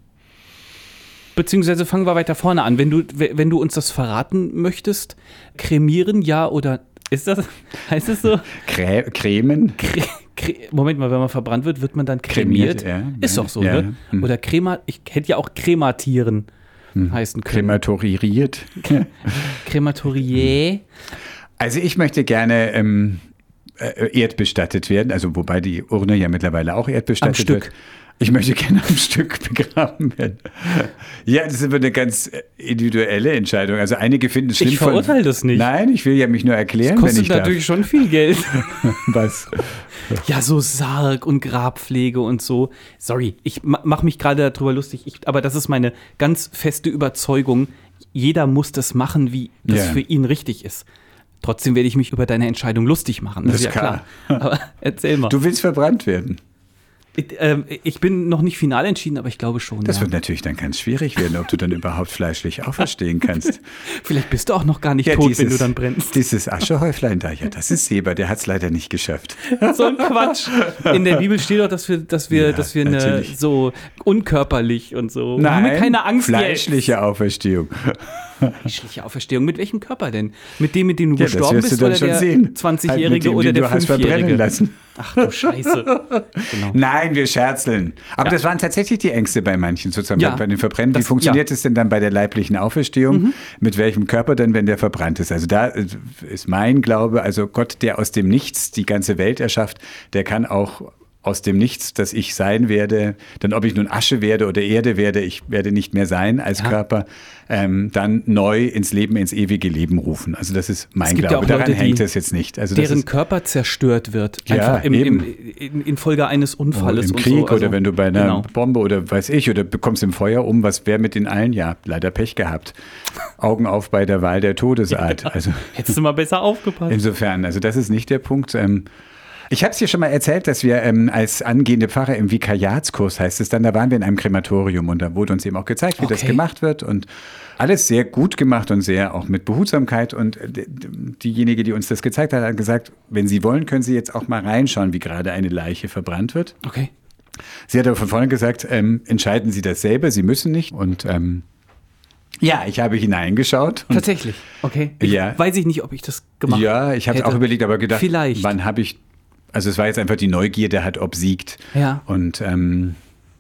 Speaker 2: Beziehungsweise fangen wir weiter vorne an. Wenn du, wenn du uns das verraten möchtest, kremieren ja oder ist das, heißt das so?
Speaker 1: Crä Cremen?
Speaker 2: Kre Kre Moment mal, wenn man verbrannt wird, wird man dann kremiert?
Speaker 1: Kremiert, ja.
Speaker 2: Ist doch so,
Speaker 1: Ja,
Speaker 2: ne?
Speaker 1: hm.
Speaker 2: Oder Crema, ich hätte ja auch krematieren heißen können.
Speaker 1: Krematoriert?
Speaker 2: Krematorier.
Speaker 1: Also ich möchte gerne ähm, äh, erdbestattet werden, also wobei die Urne ja mittlerweile auch erdbestattet
Speaker 2: Am Stück.
Speaker 1: wird. Ich möchte gerne am Stück begraben werden. Ja, das ist aber eine ganz individuelle Entscheidung. Also einige finden es schlimm.
Speaker 2: Ich verurteile das nicht.
Speaker 1: Nein, ich will ja mich nur erklären,
Speaker 2: Das
Speaker 1: wenn
Speaker 2: kostet
Speaker 1: ich darf.
Speaker 2: natürlich schon viel Geld.
Speaker 1: Was?
Speaker 2: Ja, so Sarg und Grabpflege und so. Sorry, ich ma mache mich gerade darüber lustig, ich, aber das ist meine ganz feste Überzeugung. Jeder muss das machen, wie das
Speaker 1: Ja.
Speaker 2: für ihn richtig ist. Trotzdem werde ich mich über deine Entscheidung lustig machen. Das,
Speaker 1: Das
Speaker 2: ist ja
Speaker 1: ist
Speaker 2: klar.
Speaker 1: klar.
Speaker 2: Aber erzähl mal.
Speaker 1: Du willst verbrannt werden.
Speaker 2: Ich, ähm, ich bin noch nicht final entschieden, aber ich glaube schon.
Speaker 1: Das
Speaker 2: ja.
Speaker 1: wird natürlich dann ganz schwierig werden, ob du dann überhaupt fleischlich auferstehen kannst.
Speaker 2: Vielleicht bist du auch noch gar nicht
Speaker 1: Ja,
Speaker 2: tot,
Speaker 1: dieses,
Speaker 2: wenn du dann brennst.
Speaker 1: Dieses Aschehäuflein da, ja, das ist Seber, der hat es leider nicht geschafft.
Speaker 2: So ein Quatsch. In der Bibel steht doch, dass wir, dass wir,
Speaker 1: Ja,
Speaker 2: dass wir eine,
Speaker 1: natürlich.
Speaker 2: so unkörperlich und so. Haben wir keine Angst
Speaker 1: fleischliche Auferstehung.
Speaker 2: jetzt. Fleischliche Auferstehung. Mit welchem Körper denn? Mit dem, mit dem du
Speaker 1: Ja, das
Speaker 2: gestorben
Speaker 1: wirst du
Speaker 2: bist,
Speaker 1: dann
Speaker 2: oder
Speaker 1: schon
Speaker 2: der
Speaker 1: sehen.
Speaker 2: zwanzigjährige
Speaker 1: Halt mit dem,
Speaker 2: oder
Speaker 1: den
Speaker 2: der
Speaker 1: du hast verbrennen
Speaker 2: fünfjährige?
Speaker 1: lassen.
Speaker 2: Ach du Scheiße. Genau.
Speaker 1: Nein, wir scherzeln. Aber
Speaker 2: Ja.
Speaker 1: das waren tatsächlich die Ängste bei manchen, sozusagen
Speaker 2: Ja.
Speaker 1: bei den Verbrennen. Wie
Speaker 2: Das-
Speaker 1: funktioniert
Speaker 2: ja.
Speaker 1: es denn dann bei der leiblichen Auferstehung? Mit welchem Körper denn, wenn der verbrannt ist? Also da äh, ist mein Glaube, also Gott, der aus dem Nichts die ganze Welt erschafft, der kann auch aus dem Nichts, dass ich sein werde, dann ob ich nun Asche werde oder Erde werde, ich werde nicht mehr sein als
Speaker 2: Ja.
Speaker 1: Körper, ähm, dann neu ins Leben, ins ewige Leben rufen. Also das ist mein
Speaker 2: Es gibt ja
Speaker 1: Glaube.
Speaker 2: auch
Speaker 1: Daran
Speaker 2: Leute, die-
Speaker 1: hängt es jetzt nicht. Also das
Speaker 2: Deren
Speaker 1: ist,
Speaker 2: Körper zerstört wird.
Speaker 1: Ja,
Speaker 2: Einfach im,
Speaker 1: eben.
Speaker 2: im, in, infolge eines Unfalles.
Speaker 1: im
Speaker 2: und
Speaker 1: Krieg
Speaker 2: so. Also,
Speaker 1: oder wenn du bei einer
Speaker 2: genau.
Speaker 1: Bombe oder weiß ich, oder bekommst im Feuer um, was wäre mit den allen? Ja, leider Pech gehabt. Augen auf bei der Wahl der Todesart. Also
Speaker 2: Hättest du mal besser aufgepasst.
Speaker 1: insofern, also das ist nicht der Punkt. Ähm, ich habe es dir schon mal erzählt, dass wir ähm, als angehende Pfarrer im Vikariatskurs, heißt es dann, da waren wir in einem Krematorium und da wurde uns eben auch gezeigt, wie das
Speaker 2: Okay.
Speaker 1: gemacht wird und alles sehr gut gemacht und sehr auch mit Behutsamkeit und äh, d- d- diejenige, die uns das gezeigt hat, hat gesagt, wenn Sie wollen, können Sie jetzt auch mal reinschauen, wie gerade eine Leiche verbrannt wird.
Speaker 2: Okay.
Speaker 1: Sie hat aber von vorne gesagt, ähm, entscheiden Sie das selber, Sie müssen nicht. Und ähm, ja, ich habe hineingeschaut. Und
Speaker 2: Tatsächlich. Okay. Ich
Speaker 1: Ja.
Speaker 2: weiß ich nicht, ob ich das gemacht hätte.
Speaker 1: ja, ich habe es auch überlegt, aber gedacht,
Speaker 2: Vielleicht.
Speaker 1: wann habe ich, also es war jetzt einfach die Neugierde hat obsiegt.
Speaker 2: Ja.
Speaker 1: Und ähm,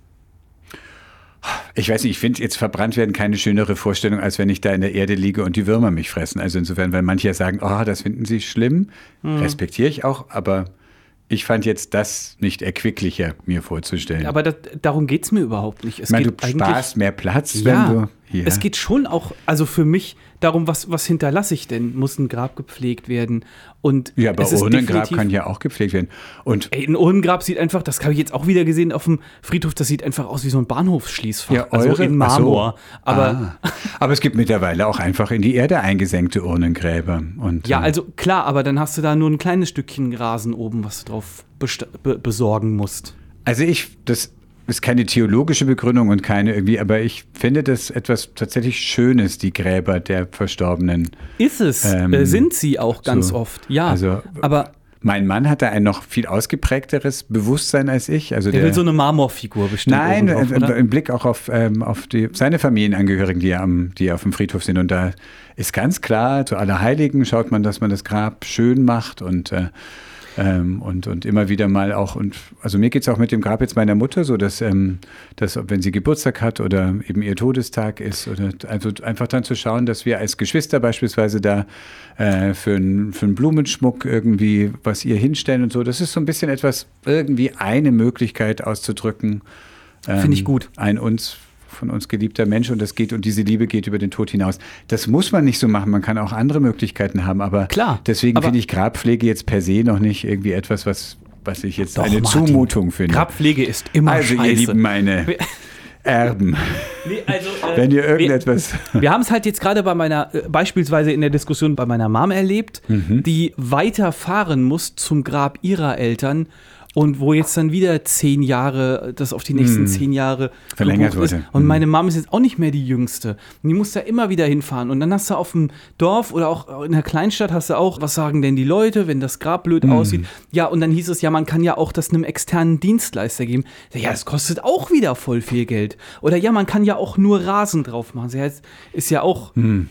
Speaker 1: ich weiß nicht, ich finde jetzt verbrannt werden keine schönere Vorstellung, als wenn ich da in der Erde liege und die Würmer mich fressen. Also insofern, weil manche ja sagen, oh, das finden Sie schlimm,
Speaker 2: Hm.
Speaker 1: respektiere ich auch, aber ich fand jetzt das nicht erquicklicher, mir vorzustellen.
Speaker 2: Aber das, darum geht es mir überhaupt nicht. Es
Speaker 1: ich meine,
Speaker 2: geht
Speaker 1: du
Speaker 2: eigentlich,
Speaker 1: sparst mehr Platz,
Speaker 2: ja,
Speaker 1: wenn du hier.
Speaker 2: es geht schon auch, also für mich darum, was, was hinterlasse ich denn? Muss ein Grab gepflegt werden? Und
Speaker 1: ja, aber
Speaker 2: es ist
Speaker 1: Urnengrab
Speaker 2: definitiv-
Speaker 1: kann ja auch gepflegt werden. Und
Speaker 2: Ey, ein Urnengrab sieht einfach, das habe ich jetzt auch wieder gesehen auf dem Friedhof, das sieht einfach aus wie so ein Bahnhofsschließfach.
Speaker 1: ja,
Speaker 2: also
Speaker 1: eure,
Speaker 2: in
Speaker 1: ach so.
Speaker 2: Marmor. Aber
Speaker 1: Ah. aber es gibt mittlerweile auch einfach in die Erde eingesenkte Urnengräber. Und,
Speaker 2: ja,
Speaker 1: äh,
Speaker 2: also klar, aber dann hast du da nur ein kleines Stückchen Rasen oben, was du drauf besta- be besorgen musst.
Speaker 1: Also ich, das ist keine theologische Begründung und keine irgendwie, aber ich finde das etwas tatsächlich Schönes, die Gräber der Verstorbenen.
Speaker 2: Ist es,
Speaker 1: Ähm,
Speaker 2: äh, sind sie auch ganz
Speaker 1: so.
Speaker 2: oft, ja.
Speaker 1: Also,
Speaker 2: aber
Speaker 1: Mein Mann hatte ein noch viel ausgeprägteres Bewusstsein als ich. Also
Speaker 2: der,
Speaker 1: der,
Speaker 2: will so eine Marmorfigur bestimmt.
Speaker 1: Nein,
Speaker 2: oben drauf,
Speaker 1: äh,
Speaker 2: oder?
Speaker 1: im Blick auch auf, ähm, auf die, seine Familienangehörigen, die, am, die auf dem Friedhof sind. Und da ist ganz klar, zu Allerheiligen schaut man, dass man das Grab schön macht und äh, Ähm, und, und immer wieder mal auch, und also mir geht es auch mit dem Grab jetzt meiner Mutter so, dass, ähm, dass wenn sie Geburtstag hat oder eben ihr Todestag ist, oder also einfach dann zu schauen, dass wir als Geschwister beispielsweise da äh, für einen für einen Blumenschmuck irgendwie was ihr hinstellen und so. Das ist so ein bisschen etwas, irgendwie eine Möglichkeit auszudrücken. Ähm,
Speaker 2: Finde ich gut.
Speaker 1: Ein uns von uns geliebter Mensch und das geht und diese Liebe geht über den Tod hinaus. Das muss man nicht so machen, man kann auch andere Möglichkeiten haben, aber
Speaker 2: Klar,
Speaker 1: deswegen
Speaker 2: aber
Speaker 1: finde ich Grabpflege jetzt per se noch nicht irgendwie etwas, was, was ich jetzt
Speaker 2: Doch,
Speaker 1: eine
Speaker 2: Martin,
Speaker 1: Zumutung finde.
Speaker 2: Grabpflege ist immer
Speaker 1: Also
Speaker 2: scheiße.
Speaker 1: ihr Lieben, meine Erben,
Speaker 2: Nee, also, äh,
Speaker 1: wenn ihr irgendetwas...
Speaker 2: Wir, wir haben es halt jetzt gerade bei meiner, äh, beispielsweise in der Diskussion bei meiner Mom erlebt,
Speaker 1: Mhm.
Speaker 2: die weiterfahren muss zum Grab ihrer Eltern und wo jetzt dann wieder zehn Jahre, das auf die nächsten zehn Jahre
Speaker 1: Verlängert
Speaker 2: gebucht ist.
Speaker 1: wurde.
Speaker 2: Und
Speaker 1: Mhm.
Speaker 2: meine Mom ist jetzt auch nicht mehr die Jüngste. Und die muss da immer wieder hinfahren. Und dann hast du auf dem Dorf oder auch in der Kleinstadt hast du auch, was sagen denn die Leute, wenn das Grab blöd aussieht? Ja, und dann hieß es ja, man kann ja auch das einem externen Dienstleister geben. Ja, das kostet auch wieder voll viel Geld. Oder ja, man kann ja auch nur Rasen drauf machen. Das ist ja auch...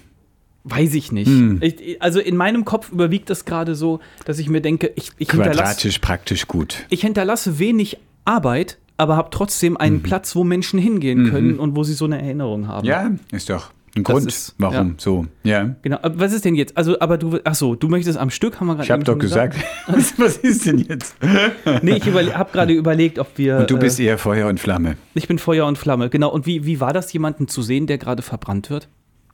Speaker 2: Weiß ich nicht.
Speaker 1: Hm.
Speaker 2: Ich, also in meinem Kopf überwiegt das gerade so, dass ich mir denke, ich, ich, hinterlasse,
Speaker 1: Quadratisch praktisch gut.
Speaker 2: ich hinterlasse wenig Arbeit, aber habe trotzdem einen Platz, wo Menschen hingehen können und wo sie so eine Erinnerung haben.
Speaker 1: Ja, ist doch ein
Speaker 2: Das
Speaker 1: Grund,
Speaker 2: ist-
Speaker 1: warum
Speaker 2: ja.
Speaker 1: so. Ja.
Speaker 2: Genau. Aber was ist denn jetzt? Also, aber du, ach so, du möchtest am Stück, haben wir gerade
Speaker 1: Ich habe
Speaker 2: eben
Speaker 1: doch
Speaker 2: schon
Speaker 1: gesagt, was, was ist denn jetzt?
Speaker 2: Nee, ich habe gerade überlegt, ob wir.
Speaker 1: Und du bist
Speaker 2: äh,
Speaker 1: eher Feuer und Flamme.
Speaker 2: ich bin Feuer und Flamme, genau. Und wie, wie war das, jemanden zu sehen, der gerade verbrannt wird?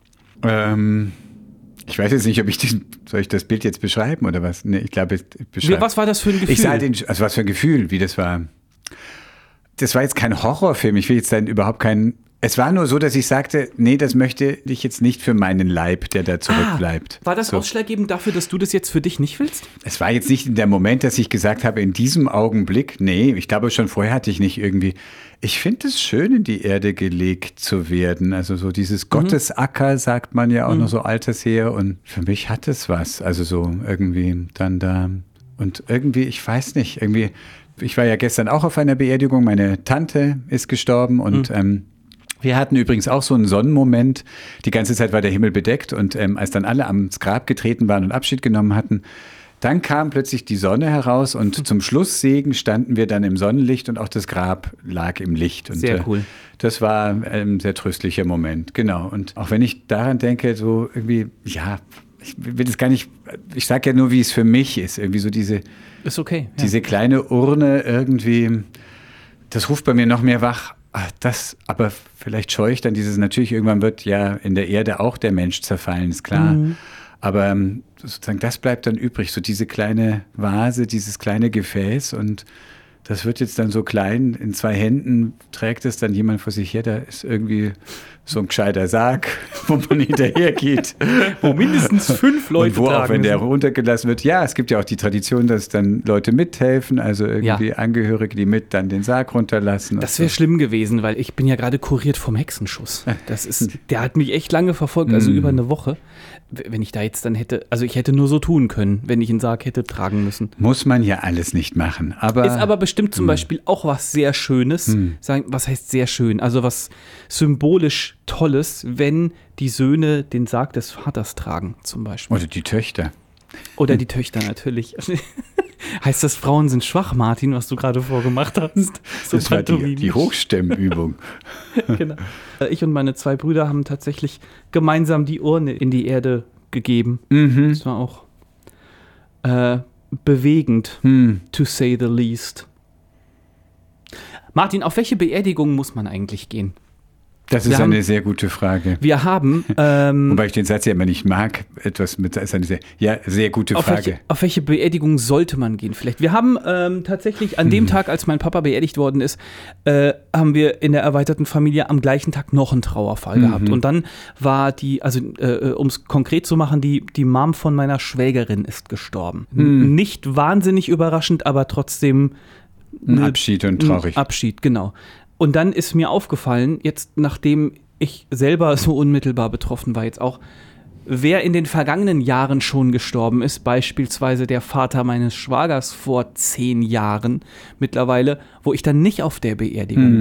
Speaker 1: Ähm, ich weiß jetzt nicht, ob ich den, soll ich das Bild jetzt beschreiben oder was? Nee, ich glaube, ich
Speaker 2: Wie,
Speaker 1: beschreibe.
Speaker 2: was war das für ein Gefühl?
Speaker 1: Ich sah den, also was für ein Gefühl, wie das war. Das war jetzt kein Horrorfilm. Ich will jetzt dann überhaupt keinen. Es war nur so, dass ich sagte, nee, das möchte ich jetzt nicht für meinen Leib, der da zurückbleibt.
Speaker 2: Ah, war das
Speaker 1: so.
Speaker 2: ausschlaggebend dafür, dass du das jetzt für dich nicht willst?
Speaker 1: Es war jetzt nicht in der Moment, dass ich gesagt habe, in diesem Augenblick, nee, ich glaube schon vorher hatte ich nicht irgendwie, ich finde es schön, in die Erde gelegt zu werden. Also so dieses Gottesacker, sagt man ja auch noch so altersher. Und für mich hat es was. Also so irgendwie dann da. Und irgendwie, ich weiß nicht, irgendwie, ich war ja gestern auch auf einer Beerdigung, meine Tante ist gestorben und ähm, wir hatten übrigens auch so einen Sonnenmoment. Die ganze Zeit war der Himmel bedeckt und ähm, als dann alle ans Grab getreten waren und Abschied genommen hatten, dann kam plötzlich die Sonne heraus und zum Schlusssegen standen wir dann im Sonnenlicht und auch das Grab lag im Licht. Und,
Speaker 2: Sehr cool.
Speaker 1: Äh, das war ein sehr tröstlicher Moment, genau. Und auch wenn ich daran denke, so irgendwie, ja, ich will das gar nicht, ich sage ja nur, wie es für mich ist. Irgendwie so diese,
Speaker 2: Ist okay. Ja.
Speaker 1: diese kleine Urne irgendwie, das ruft bei mir noch mehr wach. Ach, das, aber vielleicht scheue ich dann dieses, natürlich irgendwann wird ja in der Erde auch der Mensch zerfallen, ist klar.
Speaker 2: Mhm.
Speaker 1: Aber ähm, sozusagen das bleibt dann übrig, so diese kleine Vase, dieses kleine Gefäß und das wird jetzt dann so klein, in zwei Händen trägt es dann jemand vor sich her, da ist irgendwie so ein gescheiter Sarg, wo man hinterher geht.
Speaker 2: Wo mindestens fünf Leute
Speaker 1: Und wo auch,
Speaker 2: tragen
Speaker 1: wenn der
Speaker 2: müssen.
Speaker 1: runtergelassen wird, ja, es gibt ja auch die Tradition, dass dann Leute mithelfen, also irgendwie
Speaker 2: Ja.
Speaker 1: Angehörige, die mit dann den Sarg runterlassen.
Speaker 2: Das
Speaker 1: und
Speaker 2: wäre
Speaker 1: so.
Speaker 2: schlimm gewesen, weil ich bin ja gerade kuriert vom Hexenschuss. Das ist, der hat mich echt lange verfolgt, also über eine Woche. W- Wenn ich da jetzt dann hätte, also ich hätte nur so tun können, wenn ich einen Sarg hätte tragen müssen.
Speaker 1: Muss man ja alles nicht machen. Aber
Speaker 2: Ist aber bestimmt zum Beispiel auch was sehr Schönes. Sagen, was heißt sehr schön? Also was symbolisch Tolles, wenn die Söhne den Sarg des Vaters tragen, zum Beispiel.
Speaker 1: oder die Töchter.
Speaker 2: Oder die Töchter natürlich. Heißt das, Frauen sind schwach, Martin, was du gerade vorgemacht hast? So
Speaker 1: Das war die,
Speaker 2: pantomimisch.
Speaker 1: die Hochstemmenübung.
Speaker 2: Genau. Ich und meine zwei Brüder haben tatsächlich gemeinsam die Urne in die Erde gegeben.
Speaker 1: Mhm.
Speaker 2: Das war auch äh, bewegend,
Speaker 1: Hm.
Speaker 2: to say the least. Martin, auf welche Beerdigung muss man eigentlich gehen?
Speaker 1: Das
Speaker 2: Wir
Speaker 1: ist
Speaker 2: haben-
Speaker 1: eine sehr gute Frage.
Speaker 2: Wir haben ähm,
Speaker 1: Wobei ich den Satz ja immer nicht mag. Etwas mit, ist eine sehr, ja, sehr gute
Speaker 2: auf,
Speaker 1: Frage.
Speaker 2: welche, auf welche Beerdigung sollte man gehen? Vielleicht. Wir haben ähm, tatsächlich an dem Tag, als mein Papa beerdigt worden ist, äh, haben wir in der erweiterten Familie am gleichen Tag noch einen Trauerfall gehabt. Und dann war die, also äh, um es konkret zu machen, die, die Mom von meiner Schwägerin ist gestorben. N- Nicht wahnsinnig überraschend, aber trotzdem
Speaker 1: Ein
Speaker 2: eine-
Speaker 1: Abschied und traurig.
Speaker 2: Ein Abschied, genau. Und dann ist mir aufgefallen, jetzt nachdem ich selber so unmittelbar betroffen war, jetzt auch, wer in den vergangenen Jahren schon gestorben ist, beispielsweise der Vater meines Schwagers vor zehn Jahren mittlerweile, wo ich dann nicht auf der Beerdigung war.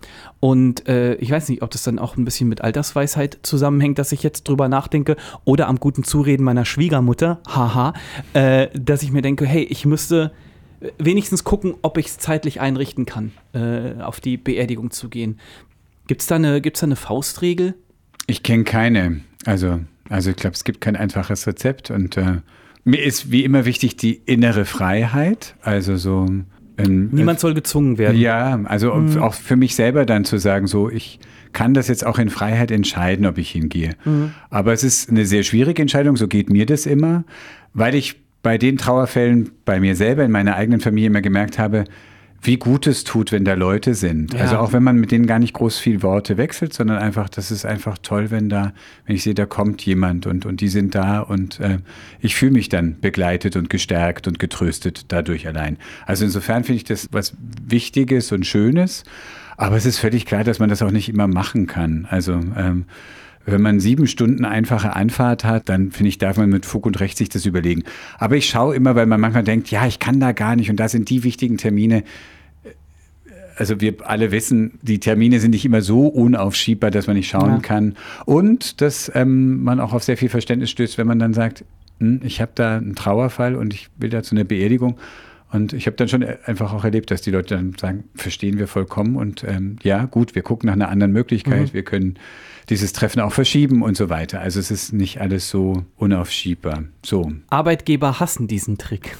Speaker 2: Und äh, ich weiß nicht, ob das dann auch ein bisschen mit Altersweisheit zusammenhängt, dass ich jetzt drüber nachdenke, oder am guten Zureden meiner Schwiegermutter, haha, äh, dass ich mir denke, hey, ich müsste wenigstens gucken, ob ich es zeitlich einrichten kann, äh, auf die Beerdigung zu gehen. Gibt es da eine, gibt's da eine Faustregel?
Speaker 1: Ich kenne keine. Also, also ich glaube, es gibt kein einfaches Rezept. Und äh, mir ist wie immer wichtig die innere Freiheit. Also so Ähm,
Speaker 2: Niemand soll gezwungen werden.
Speaker 1: Ja, also mhm. auch für mich selber dann zu sagen, so ich kann das jetzt auch in Freiheit entscheiden, ob ich hingehe. Mhm. Aber es ist eine sehr schwierige Entscheidung, so geht mir das immer, weil ich bei den Trauerfällen bei mir selber in meiner eigenen Familie immer gemerkt habe, wie gut es tut, wenn da Leute sind. Ja. Also auch wenn man mit denen gar nicht groß viel Worte wechselt, sondern einfach, das ist einfach toll, wenn da, wenn ich sehe, da kommt jemand und, und die sind da und äh, ich fühle mich dann begleitet und gestärkt und getröstet dadurch allein. Also insofern finde ich das was Wichtiges und Schönes, aber es ist völlig klar, dass man das auch nicht immer machen kann. Also ähm, wenn man sieben Stunden einfache Anfahrt hat, dann finde ich, darf man mit Fug und Recht sich das überlegen. Aber ich schaue immer, weil man manchmal denkt, ja, ich kann da gar nicht und da sind die wichtigen Termine. Also wir alle wissen, die Termine sind nicht immer so unaufschiebbar, dass man nicht schauen ja. kann. Und dass ähm, man auch auf sehr viel Verständnis stößt, wenn man dann sagt, hm, ich habe da einen Trauerfall und ich will da zu einer Beerdigung. Und ich habe dann schon einfach auch erlebt, dass die Leute dann sagen, verstehen wir vollkommen und ähm, ja, gut, wir gucken nach einer anderen Möglichkeit, mhm. wir können dieses Treffen auch verschieben und so weiter. Also es ist nicht alles so unaufschiebbar. So.
Speaker 2: Arbeitgeber hassen diesen Trick.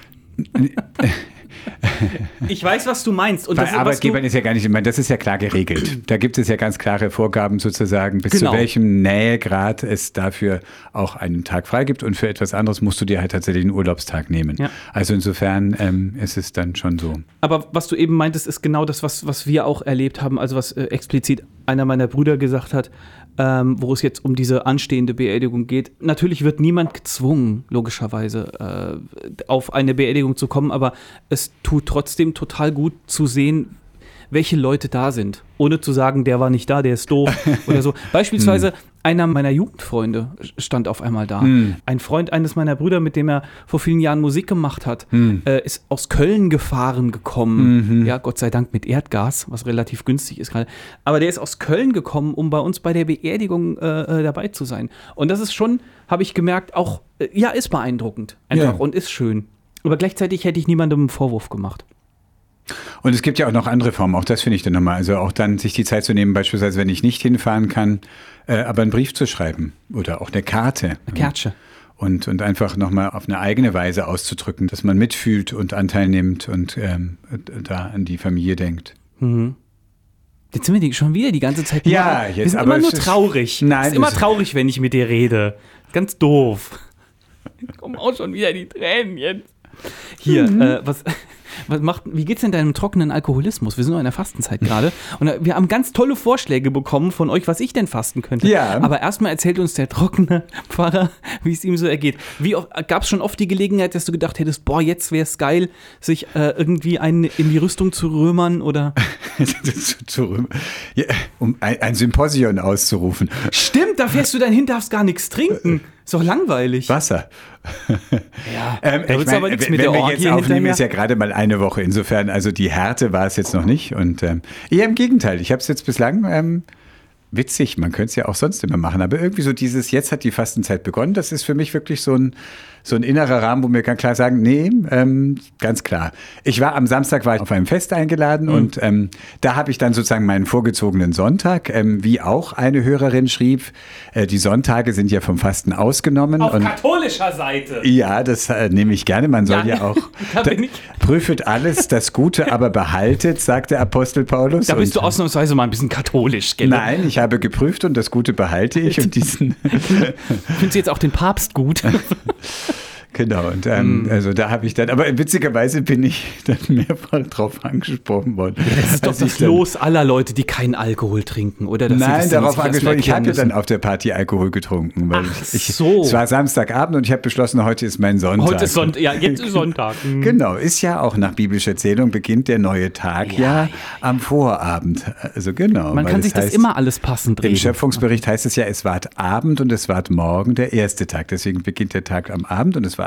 Speaker 2: Ich weiß, was du meinst. Und
Speaker 1: Bei
Speaker 2: das,
Speaker 1: Arbeitgebern ist ja gar nicht, ich meine, das ist ja klar geregelt. Da gibt es ja ganz klare Vorgaben sozusagen, bis
Speaker 2: genau.
Speaker 1: zu welchem Nähegrad es dafür auch einen Tag frei gibt. Und für etwas anderes musst du dir halt tatsächlich einen Urlaubstag nehmen. Ja. Also insofern ähm, ist es dann schon so.
Speaker 2: Aber was du eben meintest, ist genau das, was, was wir auch erlebt haben. Also was äh, explizit einer meiner Brüder gesagt hat, ähm, wo es jetzt um diese anstehende Beerdigung geht. Natürlich wird niemand gezwungen, logischerweise, äh, auf eine Beerdigung zu kommen, aber es tut trotzdem total gut zu sehen, welche Leute da sind. Ohne zu sagen, der war nicht da, der ist doof oder so. Beispielsweise hm. einer meiner Jugendfreunde stand auf einmal da. Hm. Ein Freund eines meiner Brüder, mit dem er vor vielen Jahren Musik gemacht hat, hm. äh, ist aus Köln gefahren gekommen. Mhm. Ja, Gott sei Dank mit Erdgas, was relativ günstig ist gerade. Aber der ist aus Köln gekommen, um bei uns bei der Beerdigung äh, dabei zu sein. Und das ist schon, habe ich gemerkt, auch, äh, ja, ist beeindruckend einfach ja. und ist schön. Aber gleichzeitig hätte ich niemandem einen Vorwurf gemacht.
Speaker 1: Und es gibt ja auch noch andere Formen, auch das finde ich dann nochmal. Also auch dann sich die Zeit zu nehmen, beispielsweise wenn ich nicht hinfahren kann, äh, aber einen Brief zu schreiben oder auch eine Karte.
Speaker 2: Eine Kärtchen.
Speaker 1: Und, und einfach nochmal auf eine eigene Weise auszudrücken, dass man mitfühlt und Anteil nimmt und ähm, da an die Familie denkt.
Speaker 2: Mhm. Jetzt sind wir die, schon wieder die ganze Zeit nur,
Speaker 1: ja, jetzt,
Speaker 2: wir sind
Speaker 1: aber
Speaker 2: immer nur traurig.
Speaker 1: Nein,
Speaker 2: es ist immer traurig, wenn ich mit dir rede. Ganz doof. Jetzt kommen auch schon wieder die Tränen jetzt. Hier, mhm. äh, was, was macht, wie geht's denn deinem trockenen Alkoholismus? Wir sind noch in der Fastenzeit gerade und wir haben ganz tolle Vorschläge bekommen von euch, was ich denn fasten könnte. Ja. Aber erstmal erzählt uns der trockene Pfarrer, wie es ihm so ergeht. Wie gab es schon oft die Gelegenheit, dass du gedacht hättest, boah, jetzt wäre es geil, sich äh, irgendwie einen in die Rüstung zu römern oder?
Speaker 1: zu, zu römern. Ja, um ein, ein Symposion auszurufen.
Speaker 2: Stimmt, da fährst du dann hin, darfst gar nichts trinken. Ist doch langweilig.
Speaker 1: Wasser.
Speaker 2: Ja,
Speaker 1: ähm,
Speaker 2: da
Speaker 1: ich mein,
Speaker 2: aber nichts
Speaker 1: wenn
Speaker 2: mit
Speaker 1: wir
Speaker 2: der
Speaker 1: jetzt aufnehmen,
Speaker 2: hinterher.
Speaker 1: ist ja gerade mal eine Woche. Insofern, also die Härte war es jetzt noch nicht. Und ähm, eher im Gegenteil. Ich habe es jetzt bislang ähm, witzig, man könnte es ja auch sonst immer machen. Aber irgendwie so dieses, jetzt hat die Fastenzeit begonnen. Das ist für mich wirklich so ein, so ein innerer Rahmen, wo wir ganz klar sagen, nee, ähm, ganz klar. Ich war am Samstag war ich auf einem Fest eingeladen mhm. und ähm, da habe ich dann sozusagen meinen vorgezogenen Sonntag, ähm, wie auch eine Hörerin schrieb, äh, die Sonntage sind ja vom Fasten ausgenommen.
Speaker 2: Auf
Speaker 1: und,
Speaker 2: katholischer Seite.
Speaker 1: Ja, das äh, nehme ich gerne. Man soll ja, ja auch,
Speaker 2: da bin ich.
Speaker 1: prüfet alles, das Gute aber behaltet, sagt der Apostel Paulus.
Speaker 2: Da bist
Speaker 1: und,
Speaker 2: du ausnahmsweise mal ein bisschen katholisch, gell?
Speaker 1: Nein, ich habe geprüft und das Gute behalte ich. Und diesen
Speaker 2: Findest du jetzt auch den Papst gut?
Speaker 1: Genau, und ähm, mm. also da habe ich dann, aber witzigerweise bin ich dann mehrfach drauf angesprochen worden.
Speaker 2: Ja, das ist doch
Speaker 1: also
Speaker 2: das Los aller Leute, die keinen Alkohol trinken, oder? Dass
Speaker 1: Nein,
Speaker 2: das
Speaker 1: darauf angesprochen, ich hatte
Speaker 2: müssen.
Speaker 1: dann auf der Party Alkohol getrunken. Weil
Speaker 2: Ach
Speaker 1: ich,
Speaker 2: so.
Speaker 1: Es war Samstagabend und ich habe beschlossen, heute ist mein Sonntag.
Speaker 2: Heute ist Sonntag, ja, jetzt ist Sonntag. Mhm.
Speaker 1: Genau, ist ja auch nach biblischer Erzählung, beginnt der neue Tag ja, ja, ja am Vorabend. Also genau.
Speaker 2: Man kann sich das heißt, immer alles passend reden.
Speaker 1: Im Schöpfungsbericht heißt es ja, es ward Abend und es ward Morgen der erste Tag. Deswegen beginnt der Tag am Abend und es war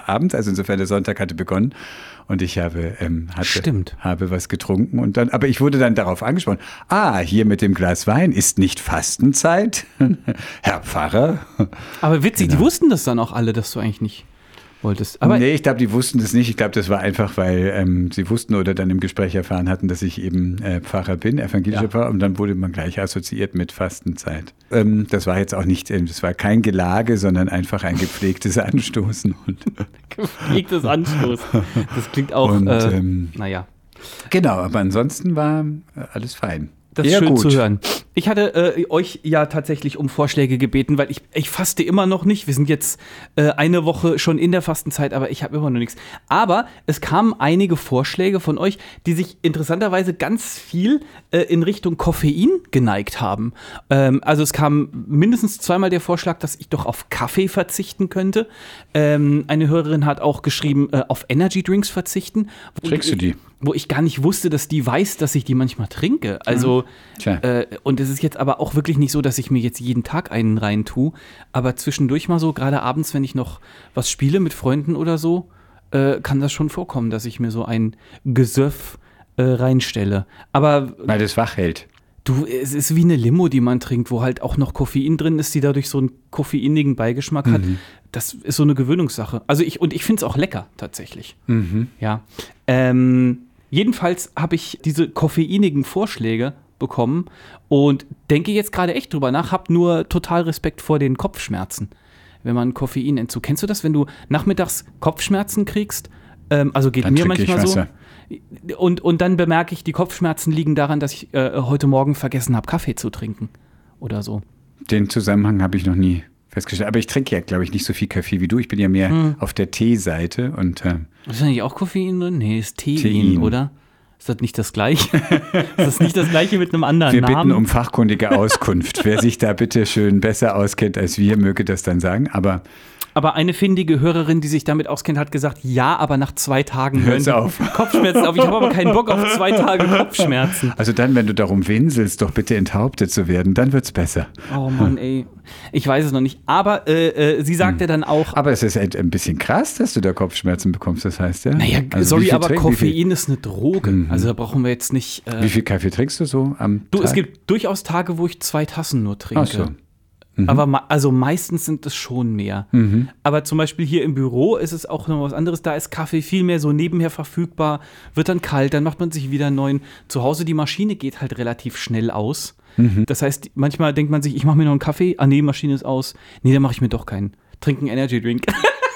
Speaker 1: war abends, also insofern der Sonntag hatte begonnen und ich habe, ähm, hatte,
Speaker 2: Stimmt.
Speaker 1: habe was getrunken und dann, aber ich wurde dann darauf angesprochen, ah, hier mit dem Glas Wein ist nicht Fastenzeit, Herr Pfarrer.
Speaker 2: Aber witzig,
Speaker 1: Genau.
Speaker 2: die wussten das dann auch alle, dass du eigentlich nicht wolltest. Aber
Speaker 1: nee, ich glaube, die wussten das nicht. Ich glaube, das war einfach, weil ähm, sie wussten oder dann im Gespräch erfahren hatten, dass ich eben äh, Pfarrer bin, evangelischer
Speaker 2: Ja.
Speaker 1: Pfarrer. Und dann wurde man gleich assoziiert mit Fastenzeit. Ähm, das war jetzt auch nicht, ähm, das war kein Gelage, sondern einfach ein gepflegtes Anstoßen. Und
Speaker 2: gepflegtes Anstoß. Das klingt auch,
Speaker 1: Und,
Speaker 2: äh,
Speaker 1: ähm,
Speaker 2: naja.
Speaker 1: genau, aber ansonsten war äh, alles fein.
Speaker 2: Das ist
Speaker 1: Eher
Speaker 2: schön
Speaker 1: gut.
Speaker 2: zu hören. Ich hatte äh, euch ja tatsächlich um Vorschläge gebeten, weil ich, ich faste immer noch nicht. Wir sind jetzt äh, eine Woche schon in der Fastenzeit, aber ich habe immer noch nichts. Aber es kamen einige Vorschläge von euch, die sich interessanterweise ganz viel äh, in Richtung Koffein geneigt haben. Ähm, also es kam mindestens zweimal der Vorschlag, dass ich doch auf Kaffee verzichten könnte. Ähm, eine Hörerin hat auch geschrieben, äh, auf Energy Drinks verzichten.
Speaker 1: Trinkst du die?
Speaker 2: Wo ich gar nicht wusste, dass die weiß, dass ich die manchmal trinke. Also,
Speaker 1: Tja.
Speaker 2: äh, und es ist jetzt aber auch wirklich nicht so, dass ich mir jetzt jeden Tag einen rein tue. Aber zwischendurch mal so, gerade abends, wenn ich noch was spiele mit Freunden oder so, äh, kann das schon vorkommen, dass ich mir so ein Gesöff äh, reinstelle. Aber
Speaker 1: Weil das wach hält.
Speaker 2: du, es ist wie eine Limo, die man trinkt, wo halt auch noch Koffein drin ist, die dadurch so einen koffeinigen Beigeschmack hat. Das ist so eine Gewöhnungssache. Also ich, und ich finde es auch lecker, tatsächlich.
Speaker 1: Mhm.
Speaker 2: Ja. Ähm, jedenfalls habe ich diese koffeinigen Vorschläge bekommen und denke jetzt gerade echt drüber nach, habe nur total Respekt vor den Kopfschmerzen, wenn man Koffeinentzug. Kennst du das, wenn du nachmittags Kopfschmerzen kriegst? Ähm, also geht
Speaker 1: Dann
Speaker 2: mir
Speaker 1: trinke ich
Speaker 2: manchmal so.
Speaker 1: Wasser.
Speaker 2: Und, und dann bemerke ich, die Kopfschmerzen liegen daran, dass ich äh, heute Morgen vergessen habe, Kaffee zu trinken oder so.
Speaker 1: Den Zusammenhang habe ich noch nie festgestellt. Aber ich trinke ja, glaube ich, nicht so viel Kaffee wie du. Ich bin ja mehr
Speaker 2: Hm.
Speaker 1: auf der Teeseite und äh,
Speaker 2: Ist da nicht auch Koffein drin? Nee, ist Tein,
Speaker 1: Tein.
Speaker 2: oder? Ist das nicht das Gleiche? Ist das nicht das Gleiche mit einem anderen
Speaker 1: wir
Speaker 2: Namen?
Speaker 1: bitten um fachkundige Auskunft. Wer sich da bitte schön besser auskennt als wir, möge das dann sagen. Aber
Speaker 2: Aber eine findige Hörerin, die sich damit auskennt, hat gesagt, ja, aber nach zwei Tagen
Speaker 1: Hör's
Speaker 2: hören die
Speaker 1: auf.
Speaker 2: Kopfschmerzen auf. Ich habe aber keinen Bock auf zwei Tage Kopfschmerzen.
Speaker 1: also dann, wenn du darum winselst, doch bitte enthauptet zu werden, dann wird's besser.
Speaker 2: Oh Mann, ey. Ich weiß es noch nicht. Aber äh, äh, sie sagte dann auch,
Speaker 1: Aber es ist ein ein bisschen krass, dass du da Kopfschmerzen bekommst, das heißt ja.
Speaker 2: naja,
Speaker 1: Also
Speaker 2: sorry,
Speaker 1: wie viel
Speaker 2: aber
Speaker 1: trink- wie viel,
Speaker 2: Koffein ist eine Droge. Also da brauchen wir jetzt nicht... Äh,
Speaker 1: wie viel Kaffee trinkst du so am
Speaker 2: du,
Speaker 1: Tag?
Speaker 2: es gibt durchaus Tage, wo ich zwei Tassen nur trinke.
Speaker 1: Ach so.
Speaker 2: Aber ma- also meistens sind es schon mehr.
Speaker 1: Mhm.
Speaker 2: Aber zum Beispiel hier im Büro ist es auch noch was anderes. Da ist Kaffee viel mehr so nebenher verfügbar, wird dann kalt, dann macht man sich wieder einen neuen. Zu Hause, die Maschine geht halt relativ schnell aus.
Speaker 1: Mhm.
Speaker 2: Das heißt, manchmal denkt man sich, ich mache mir noch einen Kaffee. Ah nee, Maschine ist aus. Nee, dann mache ich mir doch keinen. Trinken Energy Drink.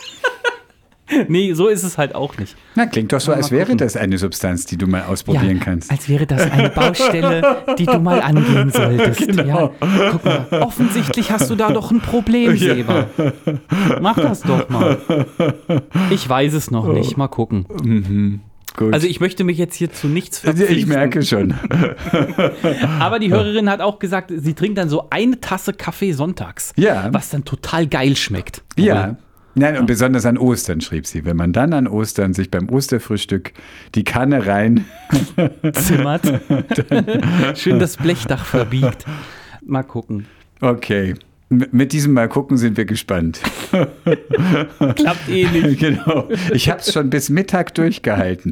Speaker 2: Nee, so ist es halt auch nicht.
Speaker 1: Na, klingt doch so,
Speaker 2: Mal
Speaker 1: als wäre
Speaker 2: gucken.
Speaker 1: das eine Substanz, die du mal ausprobieren kannst.
Speaker 2: als wäre das eine Baustelle, die du mal angehen solltest.
Speaker 1: Genau.
Speaker 2: Ja, guck mal, offensichtlich hast du da doch ein Problem, Seba. Mach das doch mal. Ich weiß es noch nicht, mal gucken.
Speaker 1: Gut.
Speaker 2: Also ich möchte mich jetzt hier zu nichts verpflichten.
Speaker 1: ich merke schon.
Speaker 2: Aber die Hörerin hat auch gesagt, sie trinkt dann so eine Tasse Kaffee sonntags.
Speaker 1: Ja.
Speaker 2: Was dann total geil schmeckt.
Speaker 1: Ja. Nein, und besonders an Ostern, schrieb sie. Wenn man dann an Ostern sich beim Osterfrühstück die Kanne rein
Speaker 2: Zimmert. Schön das Blechdach verbiegt. Mal gucken.
Speaker 1: Okay. M- Mit diesem Mal gucken sind wir gespannt.
Speaker 2: Klappt eh nicht.
Speaker 1: Genau. Ich habe es schon bis Mittag durchgehalten.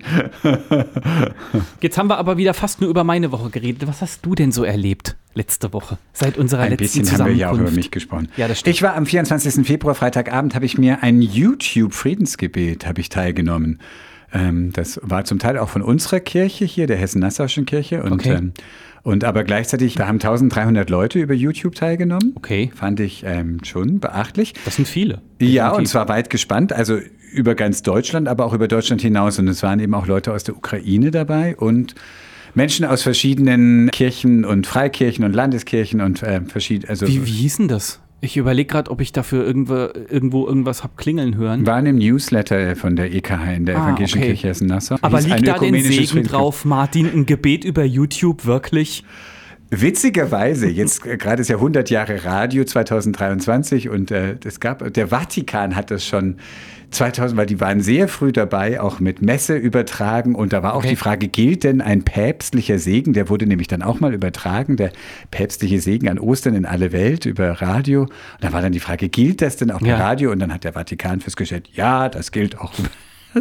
Speaker 2: Jetzt haben wir aber wieder fast nur über meine Woche geredet. Was hast du denn so erlebt letzte Woche? Seit unserer
Speaker 1: Ein
Speaker 2: letzten
Speaker 1: bisschen haben wir ja auch
Speaker 2: Zusammenkunft.
Speaker 1: über mich gesprochen.
Speaker 2: Ja, das stimmt.
Speaker 1: Ich war am vierundzwanzigsten Februar, Freitagabend, habe ich mir ein YouTube-Friedensgebet habe ich teilgenommen. Ähm, das war zum Teil auch von unserer Kirche hier, der Hessen-Nassauischen Kirche. Und,
Speaker 2: Okay.
Speaker 1: ähm, und aber gleichzeitig, da haben eintausenddreihundert Leute über YouTube teilgenommen.
Speaker 2: Okay.
Speaker 1: Fand ich ähm, schon beachtlich.
Speaker 2: Das sind viele.
Speaker 1: Ja,
Speaker 2: Definitiv.
Speaker 1: und zwar weit gespannt, also über ganz Deutschland, aber auch über Deutschland hinaus. Und es waren eben auch Leute aus der Ukraine dabei und Menschen aus verschiedenen Kirchen und Freikirchen und Landeskirchen und äh, verschiedene, also
Speaker 2: Wie, wie hieß denn das? Ich überlege gerade, ob ich dafür irgendwo, irgendwo irgendwas hab klingeln hören.
Speaker 1: waren im Newsletter von der E K H in der
Speaker 2: Ah,
Speaker 1: Evangelischen
Speaker 2: okay.
Speaker 1: Kirche Hessen-Nassau.
Speaker 2: Aber
Speaker 1: Hieß ein
Speaker 2: liegt da denn
Speaker 1: ökumenisches
Speaker 2: Segen
Speaker 1: Friedensgebet.
Speaker 2: drauf, Martin? Ein Gebet über YouTube, wirklich?
Speaker 1: Witzigerweise, jetzt gerade ist ja hundert Jahre Radio zweitausenddreiundzwanzig und äh, es gab, der Vatikan hat das schon zweitausend, weil die waren sehr früh dabei, auch mit Messe übertragen und da war auch
Speaker 2: Okay.
Speaker 1: die Frage, gilt denn ein päpstlicher Segen, der wurde nämlich dann auch mal übertragen, der päpstliche Segen an Ostern in alle Welt über Radio und da war dann die Frage, gilt das denn auch bei
Speaker 2: Ja.
Speaker 1: Radio und dann hat der Vatikan festgestellt, ja, das gilt auch über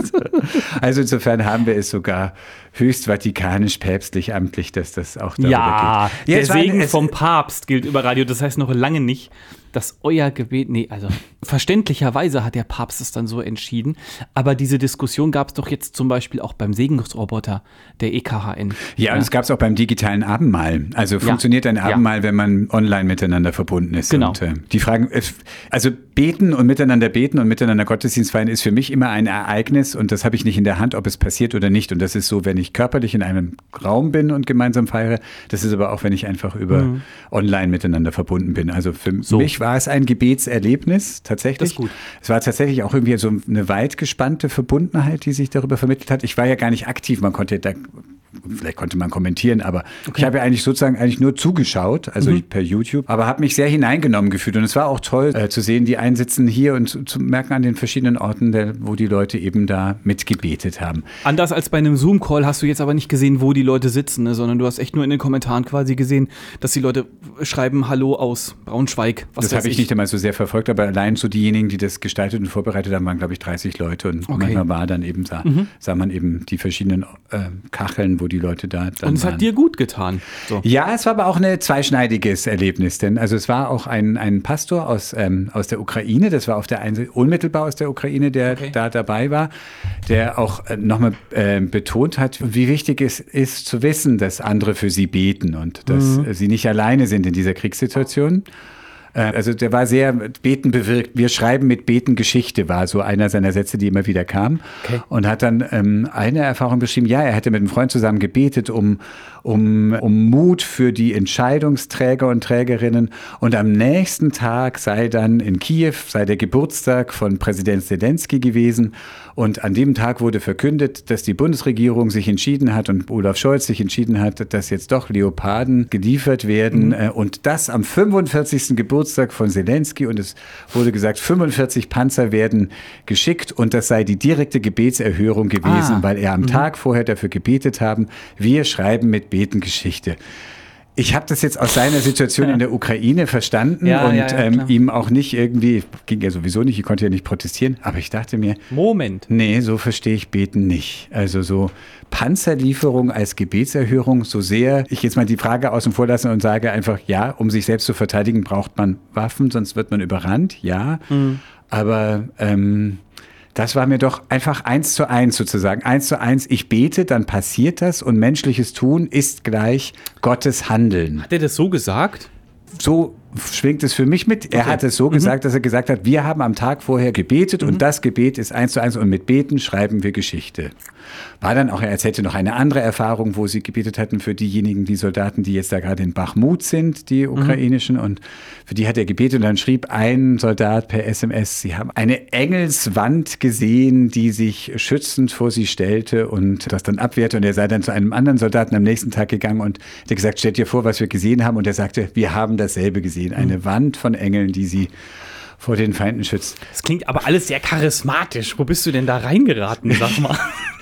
Speaker 1: Also insofern haben wir es sogar höchst vatikanisch, päpstlich, amtlich, dass das auch darüber
Speaker 2: Ja,
Speaker 1: gilt.
Speaker 2: der
Speaker 1: es war-
Speaker 2: Segen
Speaker 1: es-
Speaker 2: vom Papst gilt über Radio. Das heißt noch lange nicht, dass euer Gebet, nee, also verständlicherweise hat der Papst es dann so entschieden. Aber diese Diskussion gab es doch jetzt zum Beispiel auch beim Segensroboter der E K H N.
Speaker 1: Ja, und es gab es auch beim digitalen Abendmahl. Also funktioniert ein
Speaker 2: Ja.
Speaker 1: Abendmahl, wenn man online miteinander verbunden ist.
Speaker 2: Genau.
Speaker 1: Und, äh, die Fragen, es- also beten und miteinander beten und miteinander Gottesdienst feiern ist für mich immer ein Ereignis und das habe ich nicht in der Hand, ob es passiert oder nicht. Und das ist so, wenn ich körperlich in einem Raum bin und gemeinsam feiere. Das ist aber auch, wenn ich einfach über
Speaker 2: Mhm.
Speaker 1: online miteinander verbunden bin. Also für
Speaker 2: So.
Speaker 1: mich war es ein Gebetserlebnis, tatsächlich.
Speaker 2: Das ist gut.
Speaker 1: Es war tatsächlich auch irgendwie so eine weit gespannte Verbundenheit, die sich darüber vermittelt hat. Ich war ja gar nicht aktiv, man konnte da, vielleicht konnte man kommentieren, aber ich habe ja eigentlich sozusagen eigentlich nur zugeschaut, also
Speaker 2: Mhm.
Speaker 1: per YouTube, aber habe mich sehr hineingenommen gefühlt und es war auch toll äh, zu sehen, die einen sitzen hier und zu, zu merken an den verschiedenen Orten, der, wo die Leute eben da mitgebetet haben.
Speaker 2: Anders als bei einem Zoom-Call hast du jetzt aber nicht gesehen, wo die Leute sitzen, ne, sondern du hast echt nur in den Kommentaren quasi gesehen, dass die Leute schreiben Hallo aus Braunschweig. Was
Speaker 1: Das
Speaker 2: weiß
Speaker 1: habe ich nicht einmal so sehr verfolgt, aber allein so diejenigen, die das gestaltet und vorbereitet haben, waren, glaube ich, dreißig Leute und
Speaker 2: Okay.
Speaker 1: manchmal war dann eben, sah, sah man eben die verschiedenen äh, Kacheln, wo die Leute da dann
Speaker 2: Und es
Speaker 1: waren.
Speaker 2: hat dir gut getan. So.
Speaker 1: Ja, es war aber auch ein zweischneidiges Erlebnis, denn also es war auch ein, ein Pastor aus, ähm, aus der Ukraine, das war auf der einen Seite unmittelbar aus der Ukraine, der
Speaker 2: Okay.
Speaker 1: da dabei war, der auch äh, nochmal äh, betont hat, wie wichtig es ist zu wissen, dass andere für sie beten und dass äh, sie nicht alleine sind in dieser Kriegssituation. Äh, Also der war sehr Beten bewirkt. Wir schreiben mit Beten Geschichte, war so einer seiner Sätze, die immer wieder kamen.
Speaker 2: Okay.
Speaker 1: Und hat dann ähm, eine Erfahrung beschrieben, ja, er hätte mit einem Freund zusammen gebetet, um, um, um Mut für die Entscheidungsträger und Trägerinnen. Und am nächsten Tag sei dann in Kiew, sei der Geburtstag von Präsident Zelensky gewesen. Und an dem Tag wurde verkündet, dass die Bundesregierung sich entschieden hat und Olaf Scholz sich entschieden hat, dass jetzt doch Leoparden geliefert werden. Mhm. Und das am fünfundvierzigsten Geburtstag von Zelensky. Und es wurde gesagt, fünfundvierzig Panzer werden geschickt. Und das sei die direkte Gebetserhörung gewesen,
Speaker 2: Ah.
Speaker 1: weil er am mhm. Tag vorher dafür gebetet haben, wir schreiben mit Beten Geschichte. Ich habe das jetzt aus seiner Situation in der Ukraine verstanden
Speaker 2: Ja,
Speaker 1: und
Speaker 2: ja, ja,
Speaker 1: ähm,
Speaker 2: klar.
Speaker 1: ihm auch nicht irgendwie, ging ja sowieso nicht, ich konnte ja nicht protestieren, aber ich dachte mir,
Speaker 2: Moment.
Speaker 1: nee, so verstehe ich Beten nicht. Also so Panzerlieferung als Gebetserhörung, so sehr ich jetzt mal die Frage außen vor lasse und sage einfach, ja, um sich selbst zu verteidigen, braucht man Waffen, sonst wird man überrannt, ja. Mhm. Aber ähm, das war mir doch einfach eins zu eins sozusagen. Eins zu eins, ich bete, dann passiert das und menschliches Tun ist gleich Gottes Handeln.
Speaker 2: Hat er das so gesagt?
Speaker 1: So schwingt es für mich mit. Er
Speaker 2: Okay.
Speaker 1: hat es so
Speaker 2: Mhm.
Speaker 1: gesagt, dass er gesagt hat, wir haben am Tag vorher gebetet mhm. und das Gebet ist eins zu eins und mit Beten schreiben wir Geschichte. War dann auch, er erzählte noch eine andere Erfahrung, wo sie gebetet hatten für diejenigen, die Soldaten, die jetzt da gerade in Bachmut sind, die ukrainischen, mhm. und für die hat er gebetet und dann schrieb ein Soldat per S M S, sie haben eine Engelswand gesehen, die sich schützend vor sie stellte und das dann abwehrte und er sei dann zu einem anderen Soldaten am nächsten Tag gegangen und hat gesagt, stell dir vor, was wir gesehen haben und er sagte, wir haben dasselbe gesehen, eine mhm. Wand von Engeln, die sie vor den Feinden schützt.
Speaker 2: Das klingt aber alles sehr charismatisch. Wo bist du denn da reingeraten, sag mal?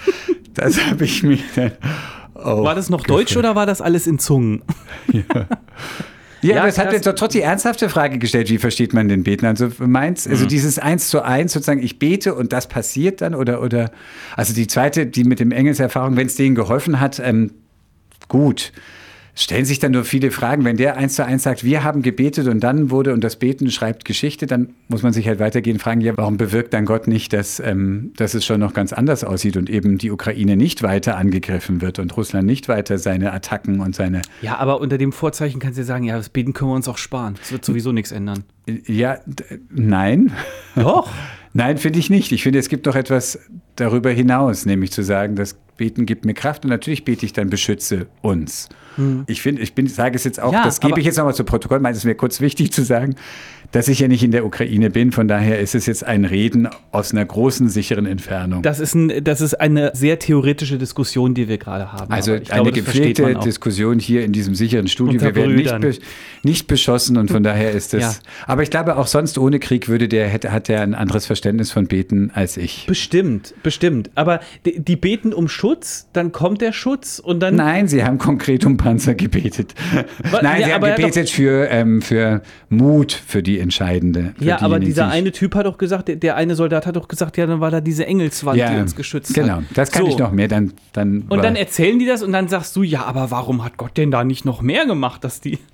Speaker 1: Das habe ich mir dann auch
Speaker 2: War das noch
Speaker 1: gefragt.
Speaker 2: Deutsch oder war das alles in Zungen?
Speaker 1: Ja, ja,
Speaker 2: Ja,
Speaker 1: aber es hat
Speaker 2: krass.
Speaker 1: jetzt doch trotzdem die ernsthafte Frage gestellt, wie versteht man den Beten? Also meins, also
Speaker 2: Mhm.
Speaker 1: dieses eins zu eins sozusagen, ich bete und das passiert dann oder, oder, also die zweite, die mit dem Engelserfahrung, wenn es denen geholfen hat, ähm, gut. Stellen sich dann nur viele Fragen. Wenn der eins zu eins sagt, wir haben gebetet und dann wurde und das Beten schreibt Geschichte, dann muss man sich halt weitergehen fragen, ja, warum bewirkt dann Gott nicht, dass, ähm, dass es schon noch ganz anders aussieht und eben die Ukraine nicht weiter angegriffen wird und Russland nicht weiter seine Attacken und seine...
Speaker 2: Ja, aber unter dem Vorzeichen kannst du ja sagen, ja, das Beten können wir uns auch sparen. Es wird sowieso nichts ändern.
Speaker 1: Ja, d- nein.
Speaker 2: Doch.
Speaker 1: Nein, finde ich nicht. Ich finde, es gibt noch etwas darüber hinaus, nämlich zu sagen, das Beten gibt mir Kraft und natürlich bete ich dann, beschütze uns. Hm. Ich finde, ich bin, sage es jetzt auch,
Speaker 2: Ja,
Speaker 1: das gebe
Speaker 2: aber-
Speaker 1: ich jetzt nochmal zu Protokoll, weil es ist mir kurz wichtig zu sagen, dass ich ja nicht in der Ukraine bin. Von daher ist es jetzt ein Reden aus einer großen, sicheren Entfernung.
Speaker 2: Das ist, ein, das ist eine sehr theoretische Diskussion, die wir gerade haben.
Speaker 1: Also
Speaker 2: eine
Speaker 1: glaube, gepflegte Diskussion hier in diesem sicheren Studio.
Speaker 2: Unter
Speaker 1: wir werden nicht,
Speaker 2: Brüdern.
Speaker 1: be- nicht beschossen und von daher ist es.
Speaker 2: Ja.
Speaker 1: Aber ich glaube, auch sonst ohne Krieg würde der, hätte, hat er ein anderes Verständnis von Beten als ich.
Speaker 2: Bestimmt, bestimmt. Aber die, die beten um Schutz, dann kommt der Schutz und dann.
Speaker 1: Nein, sie haben konkret um Panzer gebetet.
Speaker 2: Was?
Speaker 1: Nein,
Speaker 2: Ja,
Speaker 1: sie haben
Speaker 2: aber er hat
Speaker 1: gebetet für, ähm, für Mut, für die entscheidende. Für
Speaker 2: Ja, aber
Speaker 1: diejenigen,
Speaker 2: dieser
Speaker 1: die-
Speaker 2: eine Typ hat doch gesagt, der, der eine Soldat hat doch gesagt, ja, dann war da diese Engelswand,
Speaker 1: ja,
Speaker 2: die uns geschützt
Speaker 1: genau,
Speaker 2: hat.
Speaker 1: das kann
Speaker 2: So.
Speaker 1: ich noch mehr. Dann, dann
Speaker 2: Und
Speaker 1: war-
Speaker 2: dann erzählen die das und dann sagst du, ja, aber warum hat Gott denn da nicht noch mehr gemacht, dass die.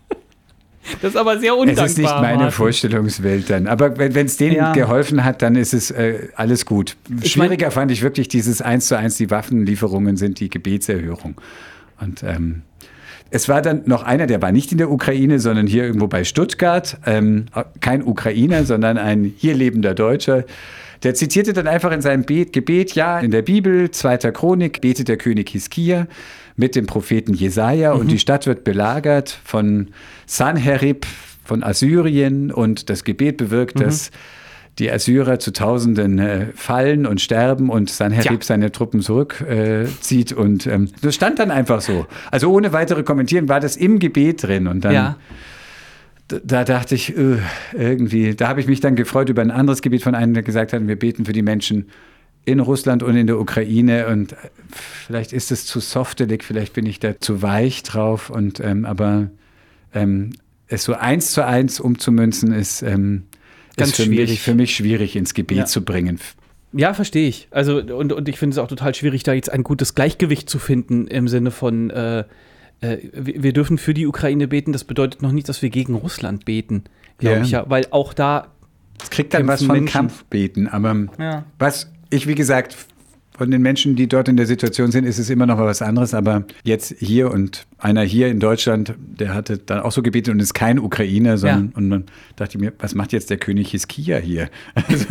Speaker 2: Das ist aber sehr undankbar.
Speaker 1: Es ist nicht meine
Speaker 2: Martin.
Speaker 1: Vorstellungswelt dann. Aber wenn es denen
Speaker 2: Ja.
Speaker 1: geholfen hat, dann ist es äh, alles gut. Schwieriger fand ich wirklich dieses eins zu eins, die Waffenlieferungen sind die Gebetserhörung. Und ähm, es war dann noch einer, der war nicht in der Ukraine, sondern hier irgendwo bei Stuttgart. Ähm, kein Ukrainer, sondern ein hier lebender Deutscher. Der zitierte dann einfach in seinem Be- Gebet, ja, in der Bibel, zweiter Chronik, betet der König Hiskia mit dem Propheten Jesaja
Speaker 2: Mhm.
Speaker 1: und die Stadt wird belagert von Sanherib, von Assyrien und das Gebet bewirkt,
Speaker 2: Mhm.
Speaker 1: dass die Assyrer zu Tausenden äh, fallen und sterben und Sanherib
Speaker 2: Tja.
Speaker 1: seine Truppen zurückzieht äh, zieht und ähm, das stand dann einfach so. Also ohne weitere Kommentieren war das im Gebet drin und dann
Speaker 2: Ja.
Speaker 1: d- da dachte ich, äh, irgendwie, da habe ich mich dann gefreut über ein anderes Gebet von einem, der gesagt hat, wir beten für die Menschen in Russland und in der Ukraine und äh, vielleicht ist es zu softelig, vielleicht bin ich da zu weich drauf und ähm, aber ähm, es so eins zu eins umzumünzen ist, ähm,
Speaker 2: Ganz
Speaker 1: ist für
Speaker 2: schwierig.
Speaker 1: mich, für mich schwierig ins Gebet
Speaker 2: Ja.
Speaker 1: zu bringen.
Speaker 2: Ja, verstehe ich. Also, und, und ich finde es auch total schwierig, da jetzt ein gutes Gleichgewicht zu finden im Sinne von, äh, äh, wir, wir dürfen für die Ukraine beten. Das bedeutet noch nicht, dass wir gegen Russland beten, glaube
Speaker 1: Ja.
Speaker 2: ich ja. Weil auch da.
Speaker 1: Es kriegt dann was
Speaker 2: Kämpfen
Speaker 1: von
Speaker 2: Menschen.
Speaker 1: Kampfbeten, aber
Speaker 2: Ja.
Speaker 1: was ich, wie gesagt, von den Menschen, die dort in der Situation sind, ist es immer noch mal was anderes, aber jetzt hier und einer hier in Deutschland, der hatte dann auch so gebetet und ist kein Ukrainer, sondern
Speaker 2: Ja.
Speaker 1: und dann dachte ich mir, was macht jetzt der König Hiskia hier? Also,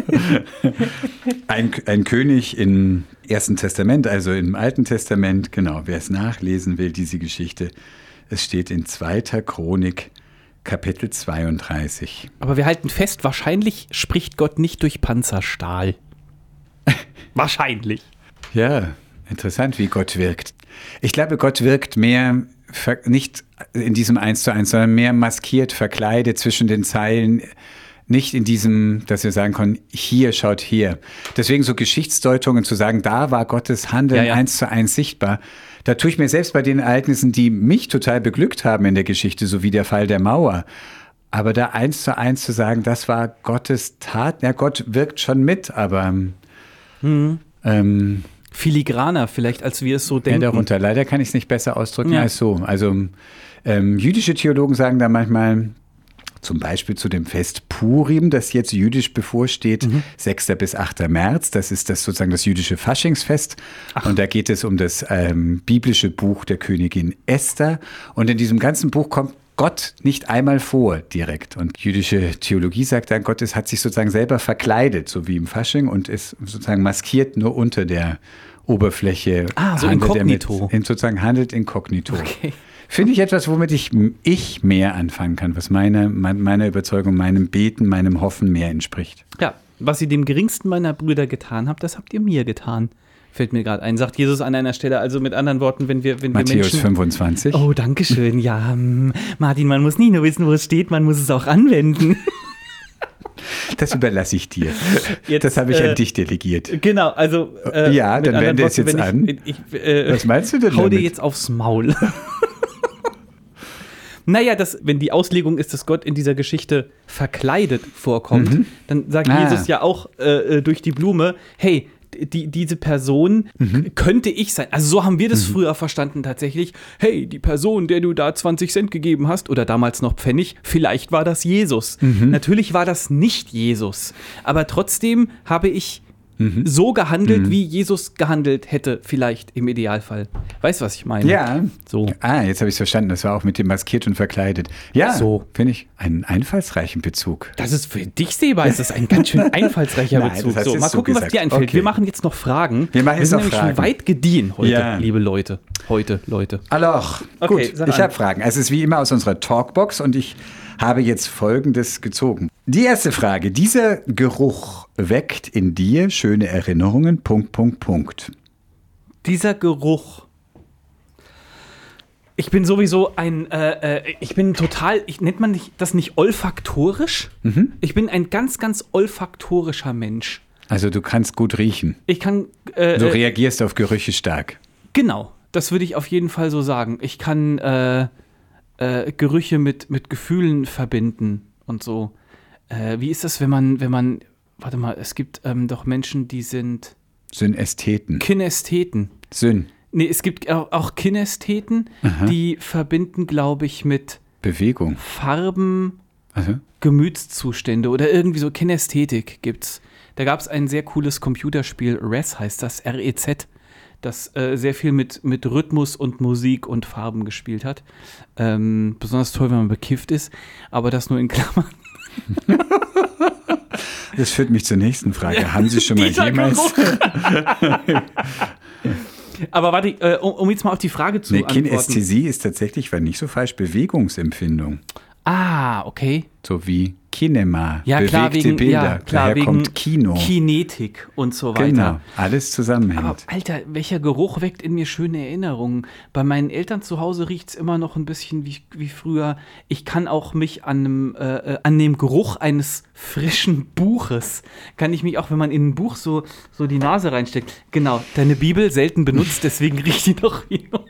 Speaker 1: ein, ein König im Ersten Testament, also im Alten Testament, genau, wer es nachlesen will, diese Geschichte, es steht in zweiter Chronik, Kapitel zweiunddreißig.
Speaker 2: Aber wir halten fest, wahrscheinlich spricht Gott nicht durch Panzerstahl. Wahrscheinlich.
Speaker 1: Ja, interessant, wie Gott wirkt. Ich glaube, Gott wirkt mehr, ver- nicht in diesem Eins zu Eins, sondern mehr maskiert, verkleidet zwischen den Zeilen. Nicht in diesem, dass wir sagen können, hier, schaut hier. Deswegen so Geschichtsdeutungen zu sagen, da war Gottes Handeln
Speaker 2: Ja, ja.
Speaker 1: eins zu eins sichtbar. Da tue ich mir selbst bei den Ereignissen, die mich total beglückt haben in der Geschichte, so wie der Fall der Mauer. Aber da eins zu eins zu sagen, das war Gottes Tat, ja, Gott wirkt schon mit, aber
Speaker 2: Mhm.
Speaker 1: ähm,
Speaker 2: Filigraner vielleicht, als wir es so
Speaker 1: mehr
Speaker 2: denken.
Speaker 1: darunter. Leider kann ich es nicht besser ausdrücken
Speaker 2: Ja.
Speaker 1: als so. Also ähm, jüdische Theologen sagen da manchmal, zum Beispiel zu dem Fest Purim, das jetzt jüdisch bevorsteht,
Speaker 2: Mhm.
Speaker 1: sechster bis achter März. Das ist das sozusagen das jüdische Faschingsfest. Und da geht es um das ähm, biblische Buch der Königin Esther. Und in diesem ganzen Buch kommt Gott nicht einmal vor direkt. Und jüdische Theologie sagt dann, Gott ist, hat sich sozusagen selber verkleidet, so wie im Fasching, und ist sozusagen maskiert nur unter der Oberfläche.
Speaker 2: Ah, so
Speaker 1: handelt er mit-
Speaker 2: inkognito.
Speaker 1: In, sozusagen handelt inkognito.
Speaker 2: Okay.
Speaker 1: Finde ich etwas, womit ich, ich mehr anfangen kann, was meine, mein, meiner Überzeugung, meinem Beten, meinem Hoffen mehr entspricht.
Speaker 2: Ja, was ihr dem geringsten meiner Brüder getan habt, das habt ihr mir getan. Fällt mir gerade ein, sagt Jesus an einer Stelle. Also mit anderen Worten, wenn wir, wenn wir
Speaker 1: Matthäus
Speaker 2: Menschen...
Speaker 1: fünfundzwanzig.
Speaker 2: Oh, danke schön. Ja, hm, Martin, man muss nicht nur wissen, wo es steht, man muss es auch anwenden.
Speaker 1: Das überlasse ich dir.
Speaker 2: Jetzt,
Speaker 1: das habe ich
Speaker 2: äh,
Speaker 1: an dich delegiert.
Speaker 2: Genau, also... Äh,
Speaker 1: Ja,
Speaker 2: mit
Speaker 1: dann
Speaker 2: anderen
Speaker 1: wende es
Speaker 2: Worten,
Speaker 1: jetzt
Speaker 2: wenn
Speaker 1: an.
Speaker 2: Ich, ich, äh,
Speaker 1: Was meinst du denn
Speaker 2: Hau dir
Speaker 1: damit?
Speaker 2: jetzt aufs Maul. Naja, das, wenn die Auslegung ist, dass Gott in dieser Geschichte verkleidet vorkommt,
Speaker 1: Mhm.
Speaker 2: dann sagt
Speaker 1: Ah.
Speaker 2: Jesus ja auch äh, durch die Blume, hey, die, diese Person
Speaker 1: Mhm.
Speaker 2: könnte ich sein. Also so haben wir das früher verstanden tatsächlich. Hey, die Person, der du da zwanzig Cent gegeben hast, oder damals noch Pfennig, vielleicht war das Jesus.
Speaker 1: Mhm.
Speaker 2: Natürlich war das nicht Jesus. Aber trotzdem habe ich
Speaker 1: Mhm.
Speaker 2: so gehandelt, wie Jesus gehandelt hätte, vielleicht im Idealfall. Weißt du, was ich meine?
Speaker 1: Ja.
Speaker 2: So.
Speaker 1: Ah, jetzt habe ich es verstanden. Das war auch mit dem maskiert und verkleidet. Ja,
Speaker 2: So.
Speaker 1: finde ich einen einfallsreichen Bezug.
Speaker 2: Das ist für dich, Seba, ist das ein ganz schön einfallsreicher
Speaker 1: Nein,
Speaker 2: Bezug.
Speaker 1: das hast
Speaker 2: So,
Speaker 1: du
Speaker 2: mal
Speaker 1: so
Speaker 2: gucken, was
Speaker 1: gesagt.
Speaker 2: dir einfällt.
Speaker 1: Okay.
Speaker 2: Wir machen jetzt noch Fragen.
Speaker 1: Wir machen jetzt
Speaker 2: sind
Speaker 1: noch
Speaker 2: nämlich
Speaker 1: Fragen.
Speaker 2: schon weit gediehen heute,
Speaker 1: Ja.
Speaker 2: liebe Leute. heute, Leute.
Speaker 1: Alors,
Speaker 2: Okay,
Speaker 1: gut,
Speaker 2: sag
Speaker 1: ich
Speaker 2: an.
Speaker 1: habe Fragen. Also es ist wie immer aus unserer Talkbox und ich habe jetzt Folgendes gezogen. Die erste Frage. Dieser Geruch weckt in dir schöne Erinnerungen, Punkt, Punkt, Punkt.
Speaker 2: Dieser Geruch. Ich bin sowieso ein, äh, äh, ich bin total, ich, nennt man nicht, das nicht olfaktorisch?
Speaker 1: Mhm.
Speaker 2: Ich bin ein ganz, ganz olfaktorischer Mensch.
Speaker 1: Also du kannst gut riechen.
Speaker 2: Ich kann, äh,
Speaker 1: Du
Speaker 2: äh,
Speaker 1: reagierst auf Gerüche stark.
Speaker 2: genau, das würde ich auf jeden Fall so sagen. Ich kann äh, äh, Gerüche mit, mit Gefühlen verbinden und so. Äh, wie ist das, wenn man, wenn man, warte mal, es gibt ähm, doch Menschen, die sind
Speaker 1: Synästheten.
Speaker 2: Kinästheten.
Speaker 1: Syn.
Speaker 2: Nee, es gibt auch, auch Kinästheten,
Speaker 1: Aha.
Speaker 2: die verbinden, glaube ich, mit
Speaker 1: Bewegung.
Speaker 2: Farben,
Speaker 1: Also,
Speaker 2: Gemütszustände oder irgendwie so Kinästhetik gibt's. Da gab es ein sehr cooles Computerspiel, R E Z heißt das, R E Z, das äh, sehr viel mit, mit Rhythmus und Musik und Farben gespielt hat. Ähm, besonders toll, wenn man bekifft ist, aber das nur in Klammern.
Speaker 1: das führt mich zur nächsten Frage. Haben Sie schon mal
Speaker 2: Dieser
Speaker 1: jemals...
Speaker 2: Aber warte, äh, um, um jetzt mal auf die Frage zu
Speaker 1: Nee,
Speaker 2: antworten.
Speaker 1: Kinästhesie ist tatsächlich, war nicht so falsch, Bewegungsempfindung.
Speaker 2: Ah, okay.
Speaker 1: So wie Kinema,
Speaker 2: Ja,
Speaker 1: bewegte
Speaker 2: klar, wegen,
Speaker 1: Bilder.
Speaker 2: ja, klar,
Speaker 1: Daher
Speaker 2: wegen
Speaker 1: kommt Kino.
Speaker 2: Kinetik und so weiter.
Speaker 1: Genau, alles
Speaker 2: Aber
Speaker 1: zusammenhängt.
Speaker 2: Alter, welcher Geruch weckt in mir schöne Erinnerungen? Bei meinen Eltern zu Hause riecht es immer noch ein bisschen wie, wie früher. Ich kann auch mich an, einem, äh, an dem Geruch eines frischen Buches, kann ich mich auch, wenn man in ein Buch so, so die Nase reinsteckt. Genau, deine Bibel selten benutzt, deswegen riecht die noch wie neu.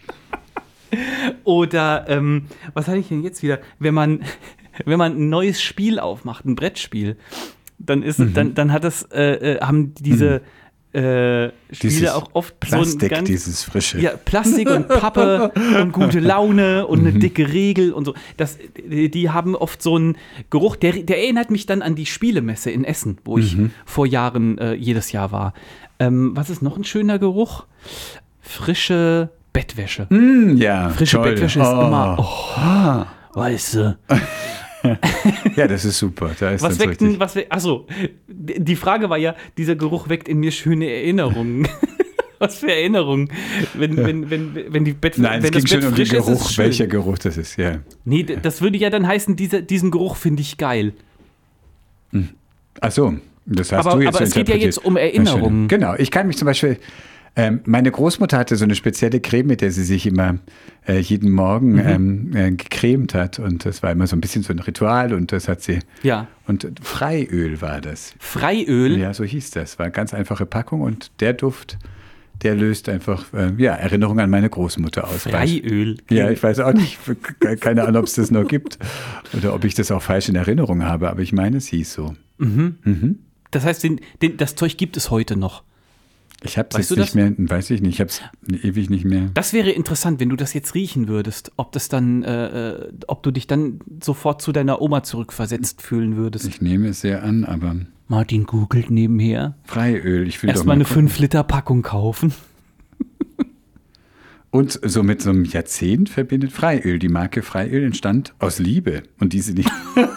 Speaker 2: Oder, ähm, was hatte ich denn jetzt wieder? Wenn man, wenn man ein neues Spiel aufmacht, ein Brettspiel, dann ist,
Speaker 1: Mhm.
Speaker 2: dann, dann hat das, äh, äh, haben diese äh, Spiele
Speaker 1: Dieses
Speaker 2: auch oft
Speaker 1: Plastik,
Speaker 2: so ein ganz,
Speaker 1: dieses frische.
Speaker 2: ja, Plastik und Pappe und gute Laune und eine dicke Regel und so. Das, die, die haben oft so einen Geruch, der, der erinnert mich dann an die Spielemesse in Essen, wo ich vor Jahren äh, jedes Jahr war. Ähm, was ist noch ein schöner Geruch? Frische Bettwäsche.
Speaker 1: Mm, ja,
Speaker 2: Frische
Speaker 1: toll.
Speaker 2: Bettwäsche ist
Speaker 1: Oh.
Speaker 2: immer, oh, weißt du.
Speaker 1: Ja, das ist super. Da ist
Speaker 2: Was
Speaker 1: das
Speaker 2: weckt denn,
Speaker 1: richtig.
Speaker 2: was we- achso, die Frage war ja, dieser Geruch weckt in mir schöne Erinnerungen. Was für Erinnerungen? Wenn, wenn, wenn, wenn die Bett,
Speaker 1: Nein,
Speaker 2: wenn
Speaker 1: es ging
Speaker 2: das
Speaker 1: schon
Speaker 2: Bett
Speaker 1: um den
Speaker 2: frisch ist, ist
Speaker 1: Geruch,
Speaker 2: es schön.
Speaker 1: welcher Geruch das ist, ja.
Speaker 2: Nee, d- das würde ja dann heißen, dieser, diesen Geruch finde ich geil.
Speaker 1: Ach so, das hast
Speaker 2: Aber-
Speaker 1: du jetzt
Speaker 2: aber es geht ja
Speaker 1: interpretiert.
Speaker 2: jetzt um
Speaker 1: Na, schön.
Speaker 2: Erinnerungen.
Speaker 1: Genau, ich kann mich zum Beispiel, ähm, meine Großmutter hatte so eine spezielle Creme, mit der sie sich immer äh, jeden Morgen
Speaker 2: Mhm.
Speaker 1: ähm, äh, gecremt hat und das war immer so ein bisschen so ein Ritual und das hat sie,
Speaker 2: Ja.
Speaker 1: und Freiöl war das.
Speaker 2: Freiöl.
Speaker 1: Ja, so hieß das, war eine ganz einfache Packung und der Duft, der löst einfach, äh, ja, Erinnerungen an meine Großmutter aus.
Speaker 2: Freiöl.
Speaker 1: Ja, ich weiß auch nicht, keine Ahnung, ob es das noch gibt oder ob ich das auch falsch in Erinnerung habe, aber ich meine, es hieß so.
Speaker 2: Das heißt, den, den, das Zeug gibt es heute noch.
Speaker 1: Ich habe es
Speaker 2: Weißt
Speaker 1: jetzt
Speaker 2: du
Speaker 1: nicht mehr, weiß ich nicht, ich habe es ewig nicht mehr.
Speaker 2: Das wäre interessant, wenn du das jetzt riechen würdest, ob das dann, äh, äh, ob du dich dann sofort zu deiner Oma zurückversetzt fühlen würdest.
Speaker 1: Ich nehme es sehr an, aber
Speaker 2: Martin googelt nebenher.
Speaker 1: Freiöl, ich will doch
Speaker 2: Erstmal
Speaker 1: mal
Speaker 2: eine
Speaker 1: gucken.
Speaker 2: fünf Liter Packung kaufen.
Speaker 1: Und so mit so einem Jahrzehnt verbindet Freiöl. Die Marke Freiöl entstand aus Liebe und diese nicht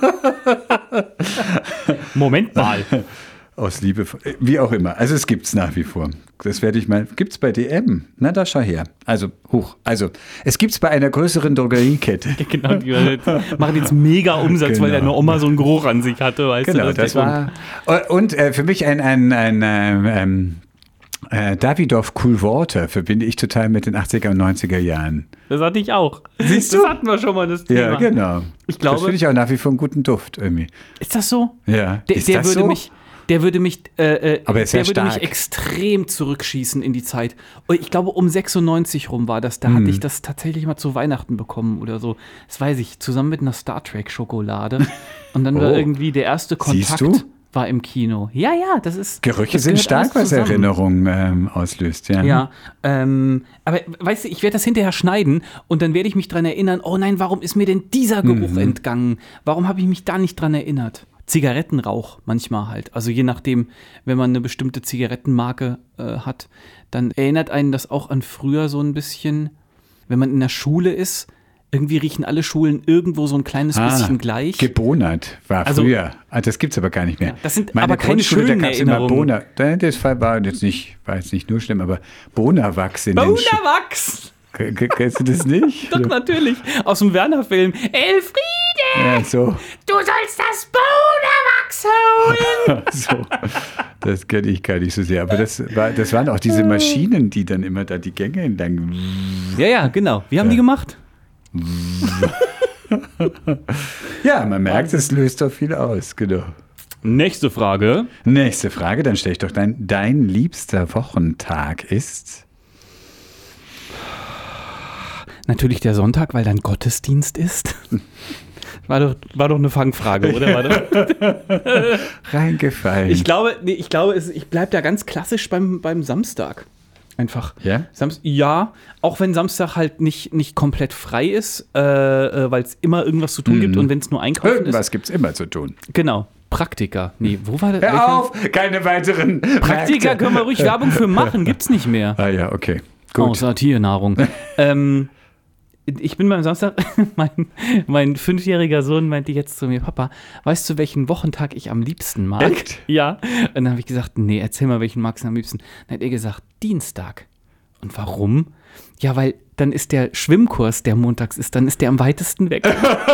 Speaker 2: Moment mal.
Speaker 1: aus Liebe, wie auch immer. Also es gibt es nach wie vor. Das werde ich mal, gibt es bei D M? Na, da schau her. Also, hoch. Also, es gibt es bei einer größeren Drogeriekette.
Speaker 2: Genau, die machen jetzt mega Umsatz, weil
Speaker 1: Genau.
Speaker 2: deine Oma so einen Geruch an sich hatte, weißt
Speaker 1: Genau,
Speaker 2: du?
Speaker 1: das
Speaker 2: der
Speaker 1: war. Und äh, für mich ein, ein, ein äh, ähm, äh, Davidoff Cool Water verbinde ich total mit den achtziger und neunziger Jahren.
Speaker 2: Das hatte ich auch.
Speaker 1: Siehst du?
Speaker 2: Das hatten wir schon mal, das Thema.
Speaker 1: Ja, genau.
Speaker 2: Ich glaube-
Speaker 1: das finde ich auch nach wie vor einen guten Duft irgendwie.
Speaker 2: Ist das so?
Speaker 1: Ja.
Speaker 2: Der,
Speaker 1: Ist
Speaker 2: der
Speaker 1: das
Speaker 2: würde
Speaker 1: so?
Speaker 2: mich, der würde mich, äh, äh,
Speaker 1: Aber er ist
Speaker 2: der
Speaker 1: sehr
Speaker 2: würde mich
Speaker 1: stark.
Speaker 2: extrem zurückschießen in die Zeit. Und ich glaube, um sechsundneunzig rum war das. Da
Speaker 1: Mhm.
Speaker 2: hatte ich das tatsächlich mal zu Weihnachten bekommen oder so. Das weiß ich, zusammen mit einer Star Trek Schokolade. Und dann war
Speaker 1: Oh.
Speaker 2: irgendwie der erste
Speaker 1: Siehst
Speaker 2: Kontakt
Speaker 1: du?
Speaker 2: war im Kino. Ja, ja, das ist.
Speaker 1: Gerüche
Speaker 2: das
Speaker 1: sind
Speaker 2: gehört
Speaker 1: stark,
Speaker 2: alles
Speaker 1: was
Speaker 2: zusammen.
Speaker 1: Erinnerungen ähm, auslöst. Ja.
Speaker 2: Ja, ähm, aber weißt du, ich werde das hinterher schneiden und dann werde ich mich dran erinnern, oh nein, warum ist mir denn dieser Geruch
Speaker 1: Mhm.
Speaker 2: entgangen? Warum habe ich mich da nicht dran erinnert? Zigarettenrauch manchmal halt. Also je nachdem, wenn man eine bestimmte Zigarettenmarke äh, hat, dann erinnert einen das auch an früher so ein bisschen, wenn man in der Schule ist. irgendwie riechen alle Schulen irgendwo so ein kleines
Speaker 1: Ah,
Speaker 2: bisschen gleich.
Speaker 1: Gebonert war
Speaker 2: Also-
Speaker 1: früher. Ah, das gibt's aber gar nicht mehr.
Speaker 2: Ja, das sind
Speaker 1: Meine
Speaker 2: aber keine
Speaker 1: Grundschule,
Speaker 2: schönen
Speaker 1: da gab's immer
Speaker 2: Erinnerungen.
Speaker 1: Bona. Da- Das Fall war jetzt nicht, war jetzt nicht nur schlimm, aber Bonawachs in den Schulen.
Speaker 2: Bonawachs!
Speaker 1: K- k- Kennst du das nicht?
Speaker 2: Doch, natürlich. Aus dem Werner-Film. Elfriede,
Speaker 1: Ja, so.
Speaker 2: du sollst das Bonawachs holen!
Speaker 1: so. Das kenne ich gar nicht so sehr. Aber das, war, das waren auch diese Maschinen, die dann immer da die Gänge entlang.
Speaker 2: Ja, ja, genau. Wie haben
Speaker 1: Ja.
Speaker 2: die gemacht?
Speaker 1: Ja, man merkt, es löst doch viel aus. Genau.
Speaker 2: Nächste Frage.
Speaker 1: Nächste Frage, dann stelle ich doch dein, dein liebster Wochentag ist.
Speaker 2: Natürlich der Sonntag, weil dann Gottesdienst ist. War doch, war doch eine Fangfrage, oder? War doch,
Speaker 1: Reingefallen.
Speaker 2: ich glaube, nee, ich, glaube es, ich bleibe da ganz klassisch beim, beim Samstag. Einfach.
Speaker 1: Ja?
Speaker 2: Samst, ja, auch wenn Samstag halt nicht, nicht komplett frei ist, äh, äh, weil es immer irgendwas zu tun gibt und wenn es nur Einkaufen
Speaker 1: Irgendwas gibt es immer zu tun.
Speaker 2: ist. Genau. Praktika. Nee, wo war das?
Speaker 1: Hör
Speaker 2: welcher-
Speaker 1: auf, keine weiteren
Speaker 2: Praktika
Speaker 1: Märkte.
Speaker 2: können wir ruhig Werbung für machen, gibt's nicht mehr.
Speaker 1: Ah ja, okay.
Speaker 2: Oh,
Speaker 1: Gut.
Speaker 2: Tiernahrung. ähm, ich bin beim Samstag, mein, mein fünfjähriger Sohn meinte jetzt zu mir, Papa, weißt du, welchen Wochentag ich am liebsten mag?
Speaker 1: Echt?
Speaker 2: Ja. Und dann habe ich gesagt, nee, erzähl mal, welchen magst du am liebsten? Dann hat er gesagt, Dienstag. Und warum? Ja, weil dann ist der Schwimmkurs, der montags ist, dann ist der am weitesten weg.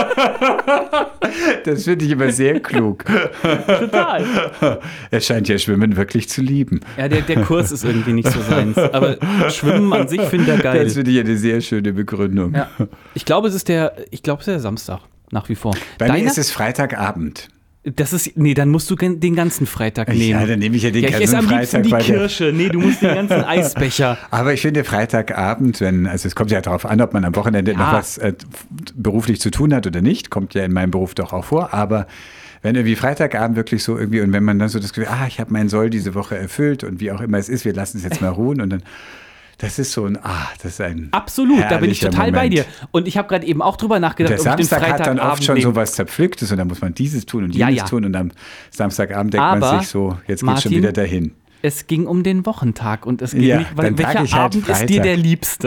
Speaker 1: Das finde ich immer sehr klug.
Speaker 2: Total.
Speaker 1: Er scheint ja Schwimmen wirklich zu lieben.
Speaker 2: Ja, der, der Kurs ist irgendwie nicht so seins. Aber Schwimmen an sich finde er geil.
Speaker 1: Das finde ich eine sehr schöne Begründung.
Speaker 2: Ja. Ich glaube, es ist der, ich glaube, es ist der Samstag. Nach wie vor.
Speaker 1: Bei
Speaker 2: Deiner?
Speaker 1: mir ist es Freitagabend.
Speaker 2: Das ist, nee, dann musst du gen- den ganzen Freitag nehmen.
Speaker 1: Ja, dann nehme ich ja den
Speaker 2: Ja, ich esse
Speaker 1: ganzen
Speaker 2: am liebsten
Speaker 1: Freitag.
Speaker 2: die
Speaker 1: weil der-
Speaker 2: Kirsche. Nee, du musst den ganzen Eisbecher.
Speaker 1: Aber ich finde Freitagabend, wenn, also es kommt ja darauf an, ob man am Wochenende
Speaker 2: Ja.
Speaker 1: noch was äh, beruflich zu tun hat oder nicht, kommt ja in meinem Beruf doch auch vor, aber wenn irgendwie Freitagabend wirklich so irgendwie und wenn man dann so das Gefühl, ah, ich habe meinen Soll diese Woche erfüllt und wie auch immer es ist, wir lassen es jetzt mal ruhen und dann, das ist so ein, ah, das ist ein
Speaker 2: Absolut, da bin ich
Speaker 1: herrlicher
Speaker 2: total bei
Speaker 1: Moment.
Speaker 2: dir. Und ich habe gerade eben auch drüber nachgedacht,
Speaker 1: Der
Speaker 2: ob ich den
Speaker 1: Samstag hat dann
Speaker 2: Freitagabend
Speaker 1: oft schon
Speaker 2: nehme.
Speaker 1: so was Zerpflücktes und dann muss man dieses tun und
Speaker 2: Ja,
Speaker 1: jenes
Speaker 2: ja.
Speaker 1: tun und am Samstagabend denkt
Speaker 2: Aber,
Speaker 1: man sich so, jetzt geht's schon
Speaker 2: Martin,
Speaker 1: wieder dahin.
Speaker 2: Es ging um den Wochentag und es geht
Speaker 1: Ja,
Speaker 2: nicht, weil,
Speaker 1: dann sag
Speaker 2: welcher
Speaker 1: ich halt
Speaker 2: Abend ist dir
Speaker 1: Freitag.
Speaker 2: der liebste?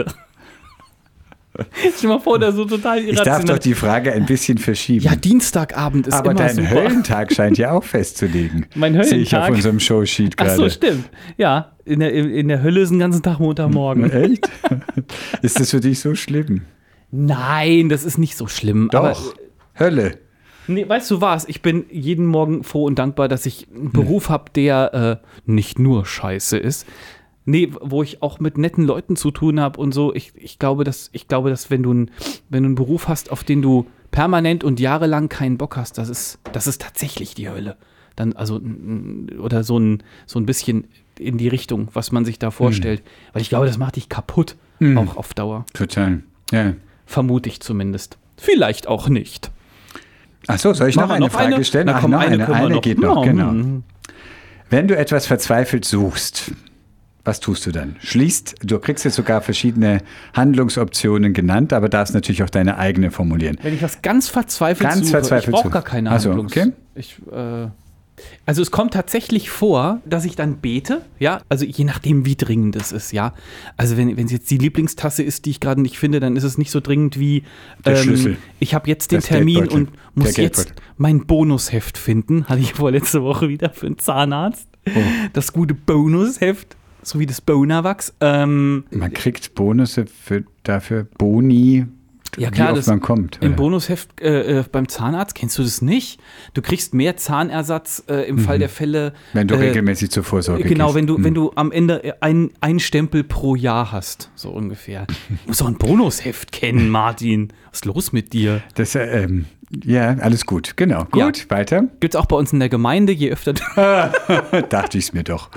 Speaker 2: Stell dir mal vor, der so total
Speaker 1: Ich darf doch
Speaker 2: irrational.
Speaker 1: die Frage ein bisschen verschieben.
Speaker 2: Ja, Dienstagabend ist
Speaker 1: Aber
Speaker 2: immer
Speaker 1: dein
Speaker 2: super.
Speaker 1: Höllentag scheint ja auch festzulegen.
Speaker 2: Mein
Speaker 1: Sehe ich auf
Speaker 2: Höllentag?
Speaker 1: unserem Showsheet
Speaker 2: Ach
Speaker 1: gerade.
Speaker 2: so, stimmt. Ja, in der, in der Hölle ist den ganzen Tag Montagmorgen.
Speaker 1: Echt? Ist das für dich so schlimm?
Speaker 2: Nein, das ist nicht so schlimm.
Speaker 1: Doch.
Speaker 2: Aber
Speaker 1: Hölle.
Speaker 2: nee, weißt du was? Ich bin jeden Morgen froh und dankbar, dass ich einen Beruf habe, der äh, nicht nur scheiße ist. Nee, wo ich auch mit netten Leuten zu tun habe und so. Ich, ich glaube, dass, ich glaube, dass wenn du, ein, wenn du einen Beruf hast, auf den du permanent und jahrelang keinen Bock hast, das ist, das ist tatsächlich die Hölle. Dann, also, n- oder so ein, so ein bisschen in die Richtung, was man sich da vorstellt. Weil ich glaube, das macht dich kaputt, auch auf Dauer.
Speaker 1: Total. Ja.
Speaker 2: Vermute ich zumindest. Vielleicht auch nicht.
Speaker 1: Ach so, soll ich noch
Speaker 2: Machen wir
Speaker 1: eine Frage stellen?
Speaker 2: Na
Speaker 1: Ach,
Speaker 2: komm,
Speaker 1: noch eine,
Speaker 2: können wir
Speaker 1: eine
Speaker 2: noch.
Speaker 1: geht noch,
Speaker 2: Ja,
Speaker 1: genau.
Speaker 2: hm.
Speaker 1: Wenn du etwas verzweifelt suchst, was tust du dann? Schließt, du kriegst jetzt sogar verschiedene Handlungsoptionen genannt, aber darfst natürlich auch deine eigene formulieren.
Speaker 2: Wenn ich was ganz verzweifelt
Speaker 1: Ganz
Speaker 2: suche,
Speaker 1: verzweifelt
Speaker 2: ich brauche
Speaker 1: suche.
Speaker 2: gar keine
Speaker 1: Ach so,
Speaker 2: Handlungs...
Speaker 1: okay.
Speaker 2: Ich, äh, also es kommt tatsächlich vor, dass ich dann bete, ja, also je nachdem, wie dringend es ist, ja. Also wenn wenn es jetzt die Lieblingstasse ist, die ich gerade nicht finde, dann ist es nicht so dringend wie
Speaker 1: Der Schlüssel.
Speaker 2: ich habe jetzt den
Speaker 1: Das
Speaker 2: Termin
Speaker 1: Geldbeutel.
Speaker 2: und muss
Speaker 1: Der
Speaker 2: jetzt
Speaker 1: Geldbeutel.
Speaker 2: mein Bonusheft finden. Hatte ich vorletzte Woche wieder für einen Zahnarzt.
Speaker 1: Oh.
Speaker 2: Das gute Bonusheft, so wie das Bonawachs. Ähm,
Speaker 1: Man kriegt Bonusse für, dafür, Boni,
Speaker 2: Ja, klar,
Speaker 1: wie oft
Speaker 2: das
Speaker 1: man kommt.
Speaker 2: Im
Speaker 1: oder?
Speaker 2: Bonus-Heft äh, äh, beim Zahnarzt, kennst du das nicht? Du kriegst mehr Zahnersatz äh, im Fall der Fälle.
Speaker 1: Wenn du
Speaker 2: äh,
Speaker 1: regelmäßig zur Vorsorge
Speaker 2: Genau,
Speaker 1: gehst.
Speaker 2: wenn du,
Speaker 1: Hm.
Speaker 2: wenn du am Ende ein, ein Stempel pro Jahr hast, so ungefähr. Du musst doch ein Bonusheft kennen, Martin. Was ist los mit dir?
Speaker 1: Das, äh, ähm, ja, alles gut. Genau. Gut,
Speaker 2: Ja.
Speaker 1: weiter.
Speaker 2: Gibt's auch bei uns in der Gemeinde, je öfter du
Speaker 1: Dachte ich es mir doch.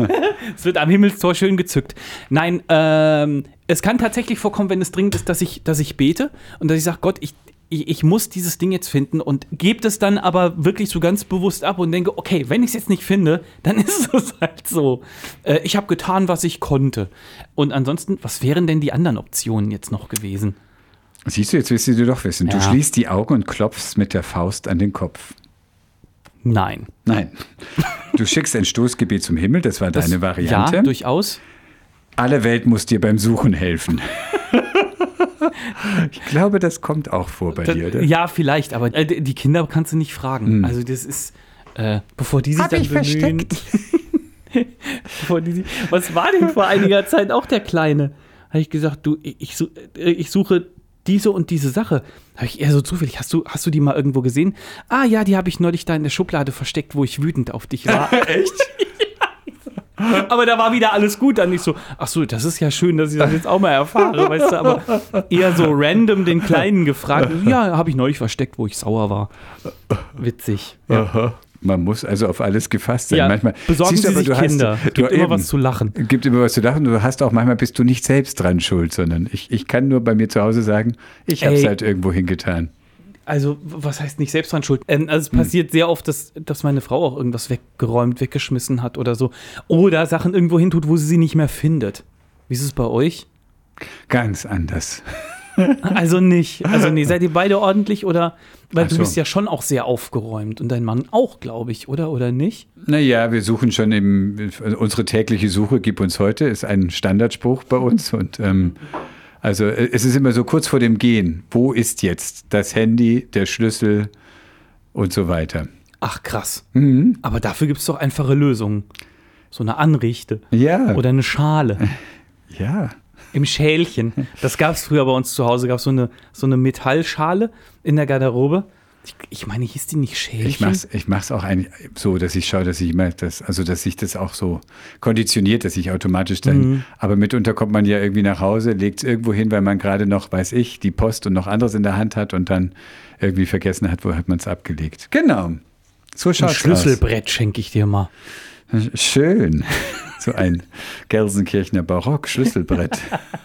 Speaker 2: Es wird am Himmelstor schön gezückt. Nein, ähm, es kann tatsächlich vorkommen, wenn es dringend ist, dass ich, dass ich bete und dass ich sage, Gott, ich, ich, ich muss dieses Ding jetzt finden und gebe es dann aber wirklich so ganz bewusst ab und denke, okay, wenn ich es jetzt nicht finde, dann ist es halt so. Äh, ich habe getan, was ich konnte. Und ansonsten, was wären denn die anderen Optionen jetzt noch gewesen?
Speaker 1: Siehst du, jetzt willst du doch wissen. Du
Speaker 2: Ja.
Speaker 1: schließt die Augen und klopfst mit der Faust an den Kopf.
Speaker 2: Nein.
Speaker 1: Nein. Du schickst ein Stoßgebet zum Himmel, das war
Speaker 2: Das-
Speaker 1: deine Variante.
Speaker 2: Ja, durchaus.
Speaker 1: Alle Welt muss dir beim Suchen helfen. Ich glaube, das kommt auch vor bei
Speaker 2: das,
Speaker 1: dir, oder?
Speaker 2: Ja, vielleicht, aber äh, die Kinder kannst du nicht fragen.
Speaker 1: Hm.
Speaker 2: Also das ist, äh, bevor die sich
Speaker 1: Hab
Speaker 2: dann
Speaker 1: ich
Speaker 2: bemühen. bevor die sich, was war denn vor einiger Zeit auch der Kleine? Habe ich gesagt, du, ich, ich, ich suche diese und diese Sache. Habe ich eher so zufällig, hast du, hast du die mal irgendwo gesehen? Ah ja, die habe ich neulich da in der Schublade versteckt, wo ich wütend auf dich war.
Speaker 1: Echt?
Speaker 2: Aber da war wieder alles gut. Dann nicht so, ach so, das ist ja schön, dass ich das jetzt auch mal erfahre, weißt du, aber eher so random den Kleinen gefragt. Ja, habe ich neulich versteckt, wo ich sauer war. Witzig. Ja.
Speaker 1: Aha. Man muss also auf alles gefasst sein.
Speaker 2: Ja,
Speaker 1: manchmal,
Speaker 2: besorgen
Speaker 1: siehst
Speaker 2: Sie
Speaker 1: du, aber
Speaker 2: sich
Speaker 1: du
Speaker 2: Kinder.
Speaker 1: Hast,
Speaker 2: Es
Speaker 1: du
Speaker 2: gibt immer
Speaker 1: eben,
Speaker 2: was zu lachen.
Speaker 1: gibt immer was zu lachen. Du hast auch manchmal bist du nicht selbst dran schuld, sondern ich, ich kann nur bei mir zu Hause sagen, ich habe es halt irgendwo hingetan.
Speaker 2: Also, was heißt nicht selbst dran schuld? Ähm, also, es hm. passiert sehr oft, dass, dass meine Frau auch irgendwas weggeräumt, weggeschmissen hat oder so. Oder Sachen irgendwo hin tut, wo sie sie nicht mehr findet. Wie ist es bei euch?
Speaker 1: Ganz anders.
Speaker 2: Also nicht. Also nee, seid ihr beide ordentlich oder? Weil
Speaker 1: Ach
Speaker 2: du
Speaker 1: so.
Speaker 2: bist ja schon auch sehr aufgeräumt und dein Mann auch, glaube ich, oder? Oder nicht?
Speaker 1: Naja, wir suchen schon im, unsere tägliche Suche, gib uns heute, ist ein Standardspruch bei uns. Und ähm, also es ist immer so kurz vor dem Gehen. Wo ist jetzt das Handy, der Schlüssel und so weiter?
Speaker 2: Ach krass.
Speaker 1: Mhm.
Speaker 2: Aber dafür gibt es doch einfache Lösungen. So eine Anrichte.
Speaker 1: Ja.
Speaker 2: Oder eine Schale.
Speaker 1: Ja.
Speaker 2: Im Schälchen. Das gab es früher bei uns zu Hause. Gab es so eine, so eine Metallschale in der Garderobe. Ich, ich meine, hieß die nicht Schälchen?
Speaker 1: Ich mach's, ich mach's auch eigentlich so, dass ich schaue, dass ich immer das, also dass sich das auch so konditioniert, dass ich automatisch dann,
Speaker 2: Mhm.
Speaker 1: aber mitunter kommt man ja irgendwie nach Hause, legt es irgendwo hin, weil man gerade noch, weiß ich, die Post und noch anderes in der Hand hat und dann irgendwie vergessen hat, wo hat man es abgelegt. Genau. So
Speaker 2: Ein
Speaker 1: schaut's
Speaker 2: Schlüsselbrett schenke ich dir mal.
Speaker 1: aus. Schön. So ein Gelsenkirchener Barock-Schlüsselbrett.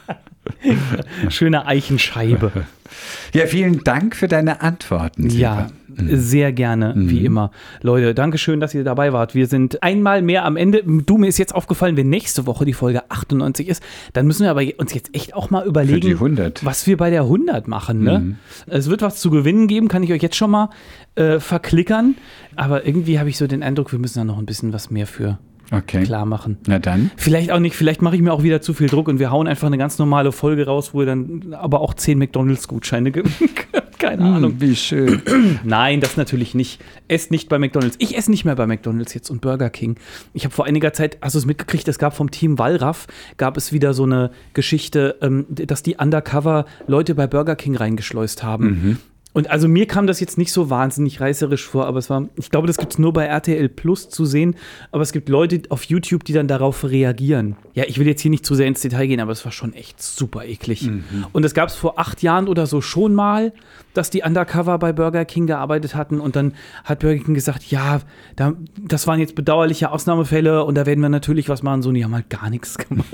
Speaker 2: Schöne Eichenscheibe.
Speaker 1: Ja, vielen Dank für deine Antworten.
Speaker 2: Ja,
Speaker 1: Silber.
Speaker 2: sehr gerne,
Speaker 1: Mhm.
Speaker 2: wie immer. Leute, danke schön, dass ihr dabei wart. Wir sind einmal mehr am Ende. Du, mir ist jetzt aufgefallen, wenn nächste Woche die Folge achtundneunzig ist, dann müssen wir aber uns jetzt echt auch mal überlegen,
Speaker 1: Für die hundert.
Speaker 2: was wir bei der hundert machen. Ne?
Speaker 1: Mhm.
Speaker 2: Es wird was zu gewinnen geben, kann ich euch jetzt schon mal äh, verklickern. Aber irgendwie habe ich so den Eindruck, wir müssen da noch ein bisschen was mehr für
Speaker 1: Okay.
Speaker 2: klar machen.
Speaker 1: Na dann.
Speaker 2: Vielleicht auch nicht, vielleicht mache ich mir auch wieder zu viel Druck und wir hauen einfach eine ganz normale Folge raus, wo ihr dann aber auch zehn McDonalds-Gutscheine gewinnen könnt. Keine Ahnung.
Speaker 1: Hm, wie schön.
Speaker 2: Nein, das natürlich nicht. Esst nicht bei McDonalds. Ich esse nicht mehr bei McDonalds jetzt und Burger King. Ich habe vor einiger Zeit, hast du es mitgekriegt, es gab vom Team Wallraff, gab es wieder so eine Geschichte, ähm, dass die undercover Leute bei Burger King reingeschleust haben.
Speaker 1: Mhm.
Speaker 2: Und also mir kam das jetzt nicht so wahnsinnig reißerisch vor, aber es war, ich glaube, das gibt es nur bei R T L Plus zu sehen, aber es gibt Leute auf YouTube, die dann darauf reagieren. Ja, ich will jetzt hier nicht zu sehr ins Detail gehen, aber es war schon echt super eklig.
Speaker 1: Mhm.
Speaker 2: Und es gab es vor acht Jahren oder so schon mal, dass die undercover bei Burger King gearbeitet hatten und dann hat Burger King gesagt, ja, da, das waren jetzt bedauerliche Ausnahmefälle und da werden wir natürlich was machen. So, und die haben halt gar nichts gemacht.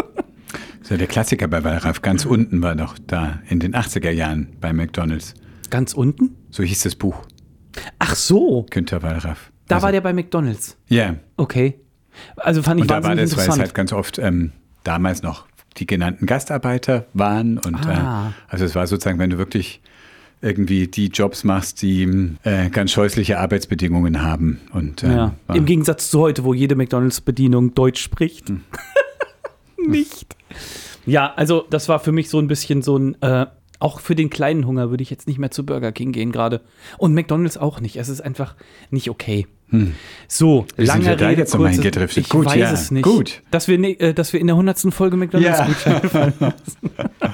Speaker 1: So, der Klassiker bei Wallraff, ganz unten war doch da in den achtziger Jahren bei McDonalds.
Speaker 2: Ganz unten?
Speaker 1: So hieß das Buch,
Speaker 2: Ach so,
Speaker 1: Günter Wallraff.
Speaker 2: da
Speaker 1: Also,
Speaker 2: war der bei McDonalds.
Speaker 1: Ja,
Speaker 2: Okay. Also fand ich
Speaker 1: und da war
Speaker 2: wahnsinnig
Speaker 1: das, weil es
Speaker 2: interessant.
Speaker 1: halt ganz oft ähm, damals noch die genannten Gastarbeiter waren. Und
Speaker 2: Ah.
Speaker 1: äh, also es war sozusagen, wenn du wirklich irgendwie die Jobs machst, die äh, ganz scheußliche Arbeitsbedingungen haben. Und, äh,
Speaker 2: Ja.
Speaker 1: war,
Speaker 2: Im Gegensatz zu heute, wo jede McDonalds-Bedienung Deutsch spricht.
Speaker 1: Hm.
Speaker 2: Nicht. Ja, also das war für mich so ein bisschen so ein, äh, auch für den kleinen Hunger würde ich jetzt nicht mehr zu Burger King gehen gerade. Und McDonalds auch nicht. Es ist einfach nicht okay.
Speaker 1: Hm.
Speaker 2: So,
Speaker 1: Wie sind
Speaker 2: lange
Speaker 1: wir da
Speaker 2: Rede,
Speaker 1: jetzt nochmal
Speaker 2: kurzes-
Speaker 1: hingedriftet?
Speaker 2: Ich
Speaker 1: Gut,
Speaker 2: weiß
Speaker 1: ja,
Speaker 2: es nicht.
Speaker 1: gut.
Speaker 2: Dass wir, ne, äh, dass wir in der hundertsten Folge McDonalds
Speaker 1: Ja.
Speaker 2: Gutscheine fallen lassen.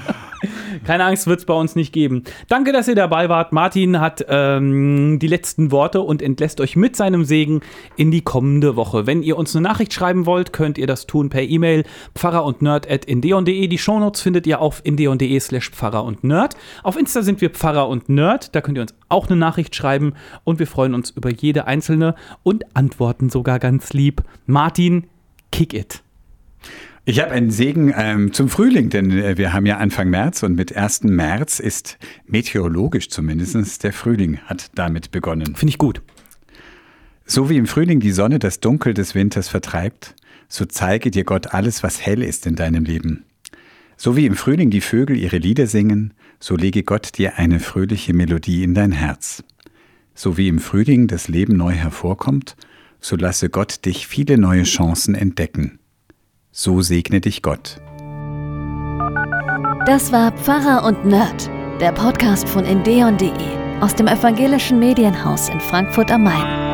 Speaker 2: Keine Angst, wird es bei uns nicht geben. Danke, dass ihr dabei wart. Martin hat ähm, die letzten Worte und entlässt euch mit seinem Segen in die kommende Woche. Wenn ihr uns eine Nachricht schreiben wollt, könnt ihr das tun per E-Mail pfarrer und nerd at indeon punkt de. Die Shownotes findet ihr auf indeon punkt de slash pfarrer und nerd. Auf Insta sind wir Pfarrer und Nerd. Da könnt ihr uns auch eine Nachricht schreiben und wir freuen uns über jede einzelne und antworten sogar ganz lieb. Martin, kick it.
Speaker 1: Ich habe einen Segen ähm, zum Frühling, denn äh, wir haben ja Anfang März und mit ersten März ist meteorologisch zumindest der Frühling hat damit begonnen.
Speaker 2: Finde ich gut.
Speaker 1: So wie im Frühling die Sonne das Dunkel des Winters vertreibt, so zeige dir Gott alles, was hell ist in deinem Leben. So wie im Frühling die Vögel ihre Lieder singen, so lege Gott dir eine fröhliche Melodie in dein Herz. So wie im Frühling das Leben neu hervorkommt, so lasse Gott dich viele neue Chancen entdecken. So segne dich Gott.
Speaker 3: Das war Pfarrer und Nerd, der Podcast von endeon punkt de aus dem Evangelischen Medienhaus in Frankfurt am Main.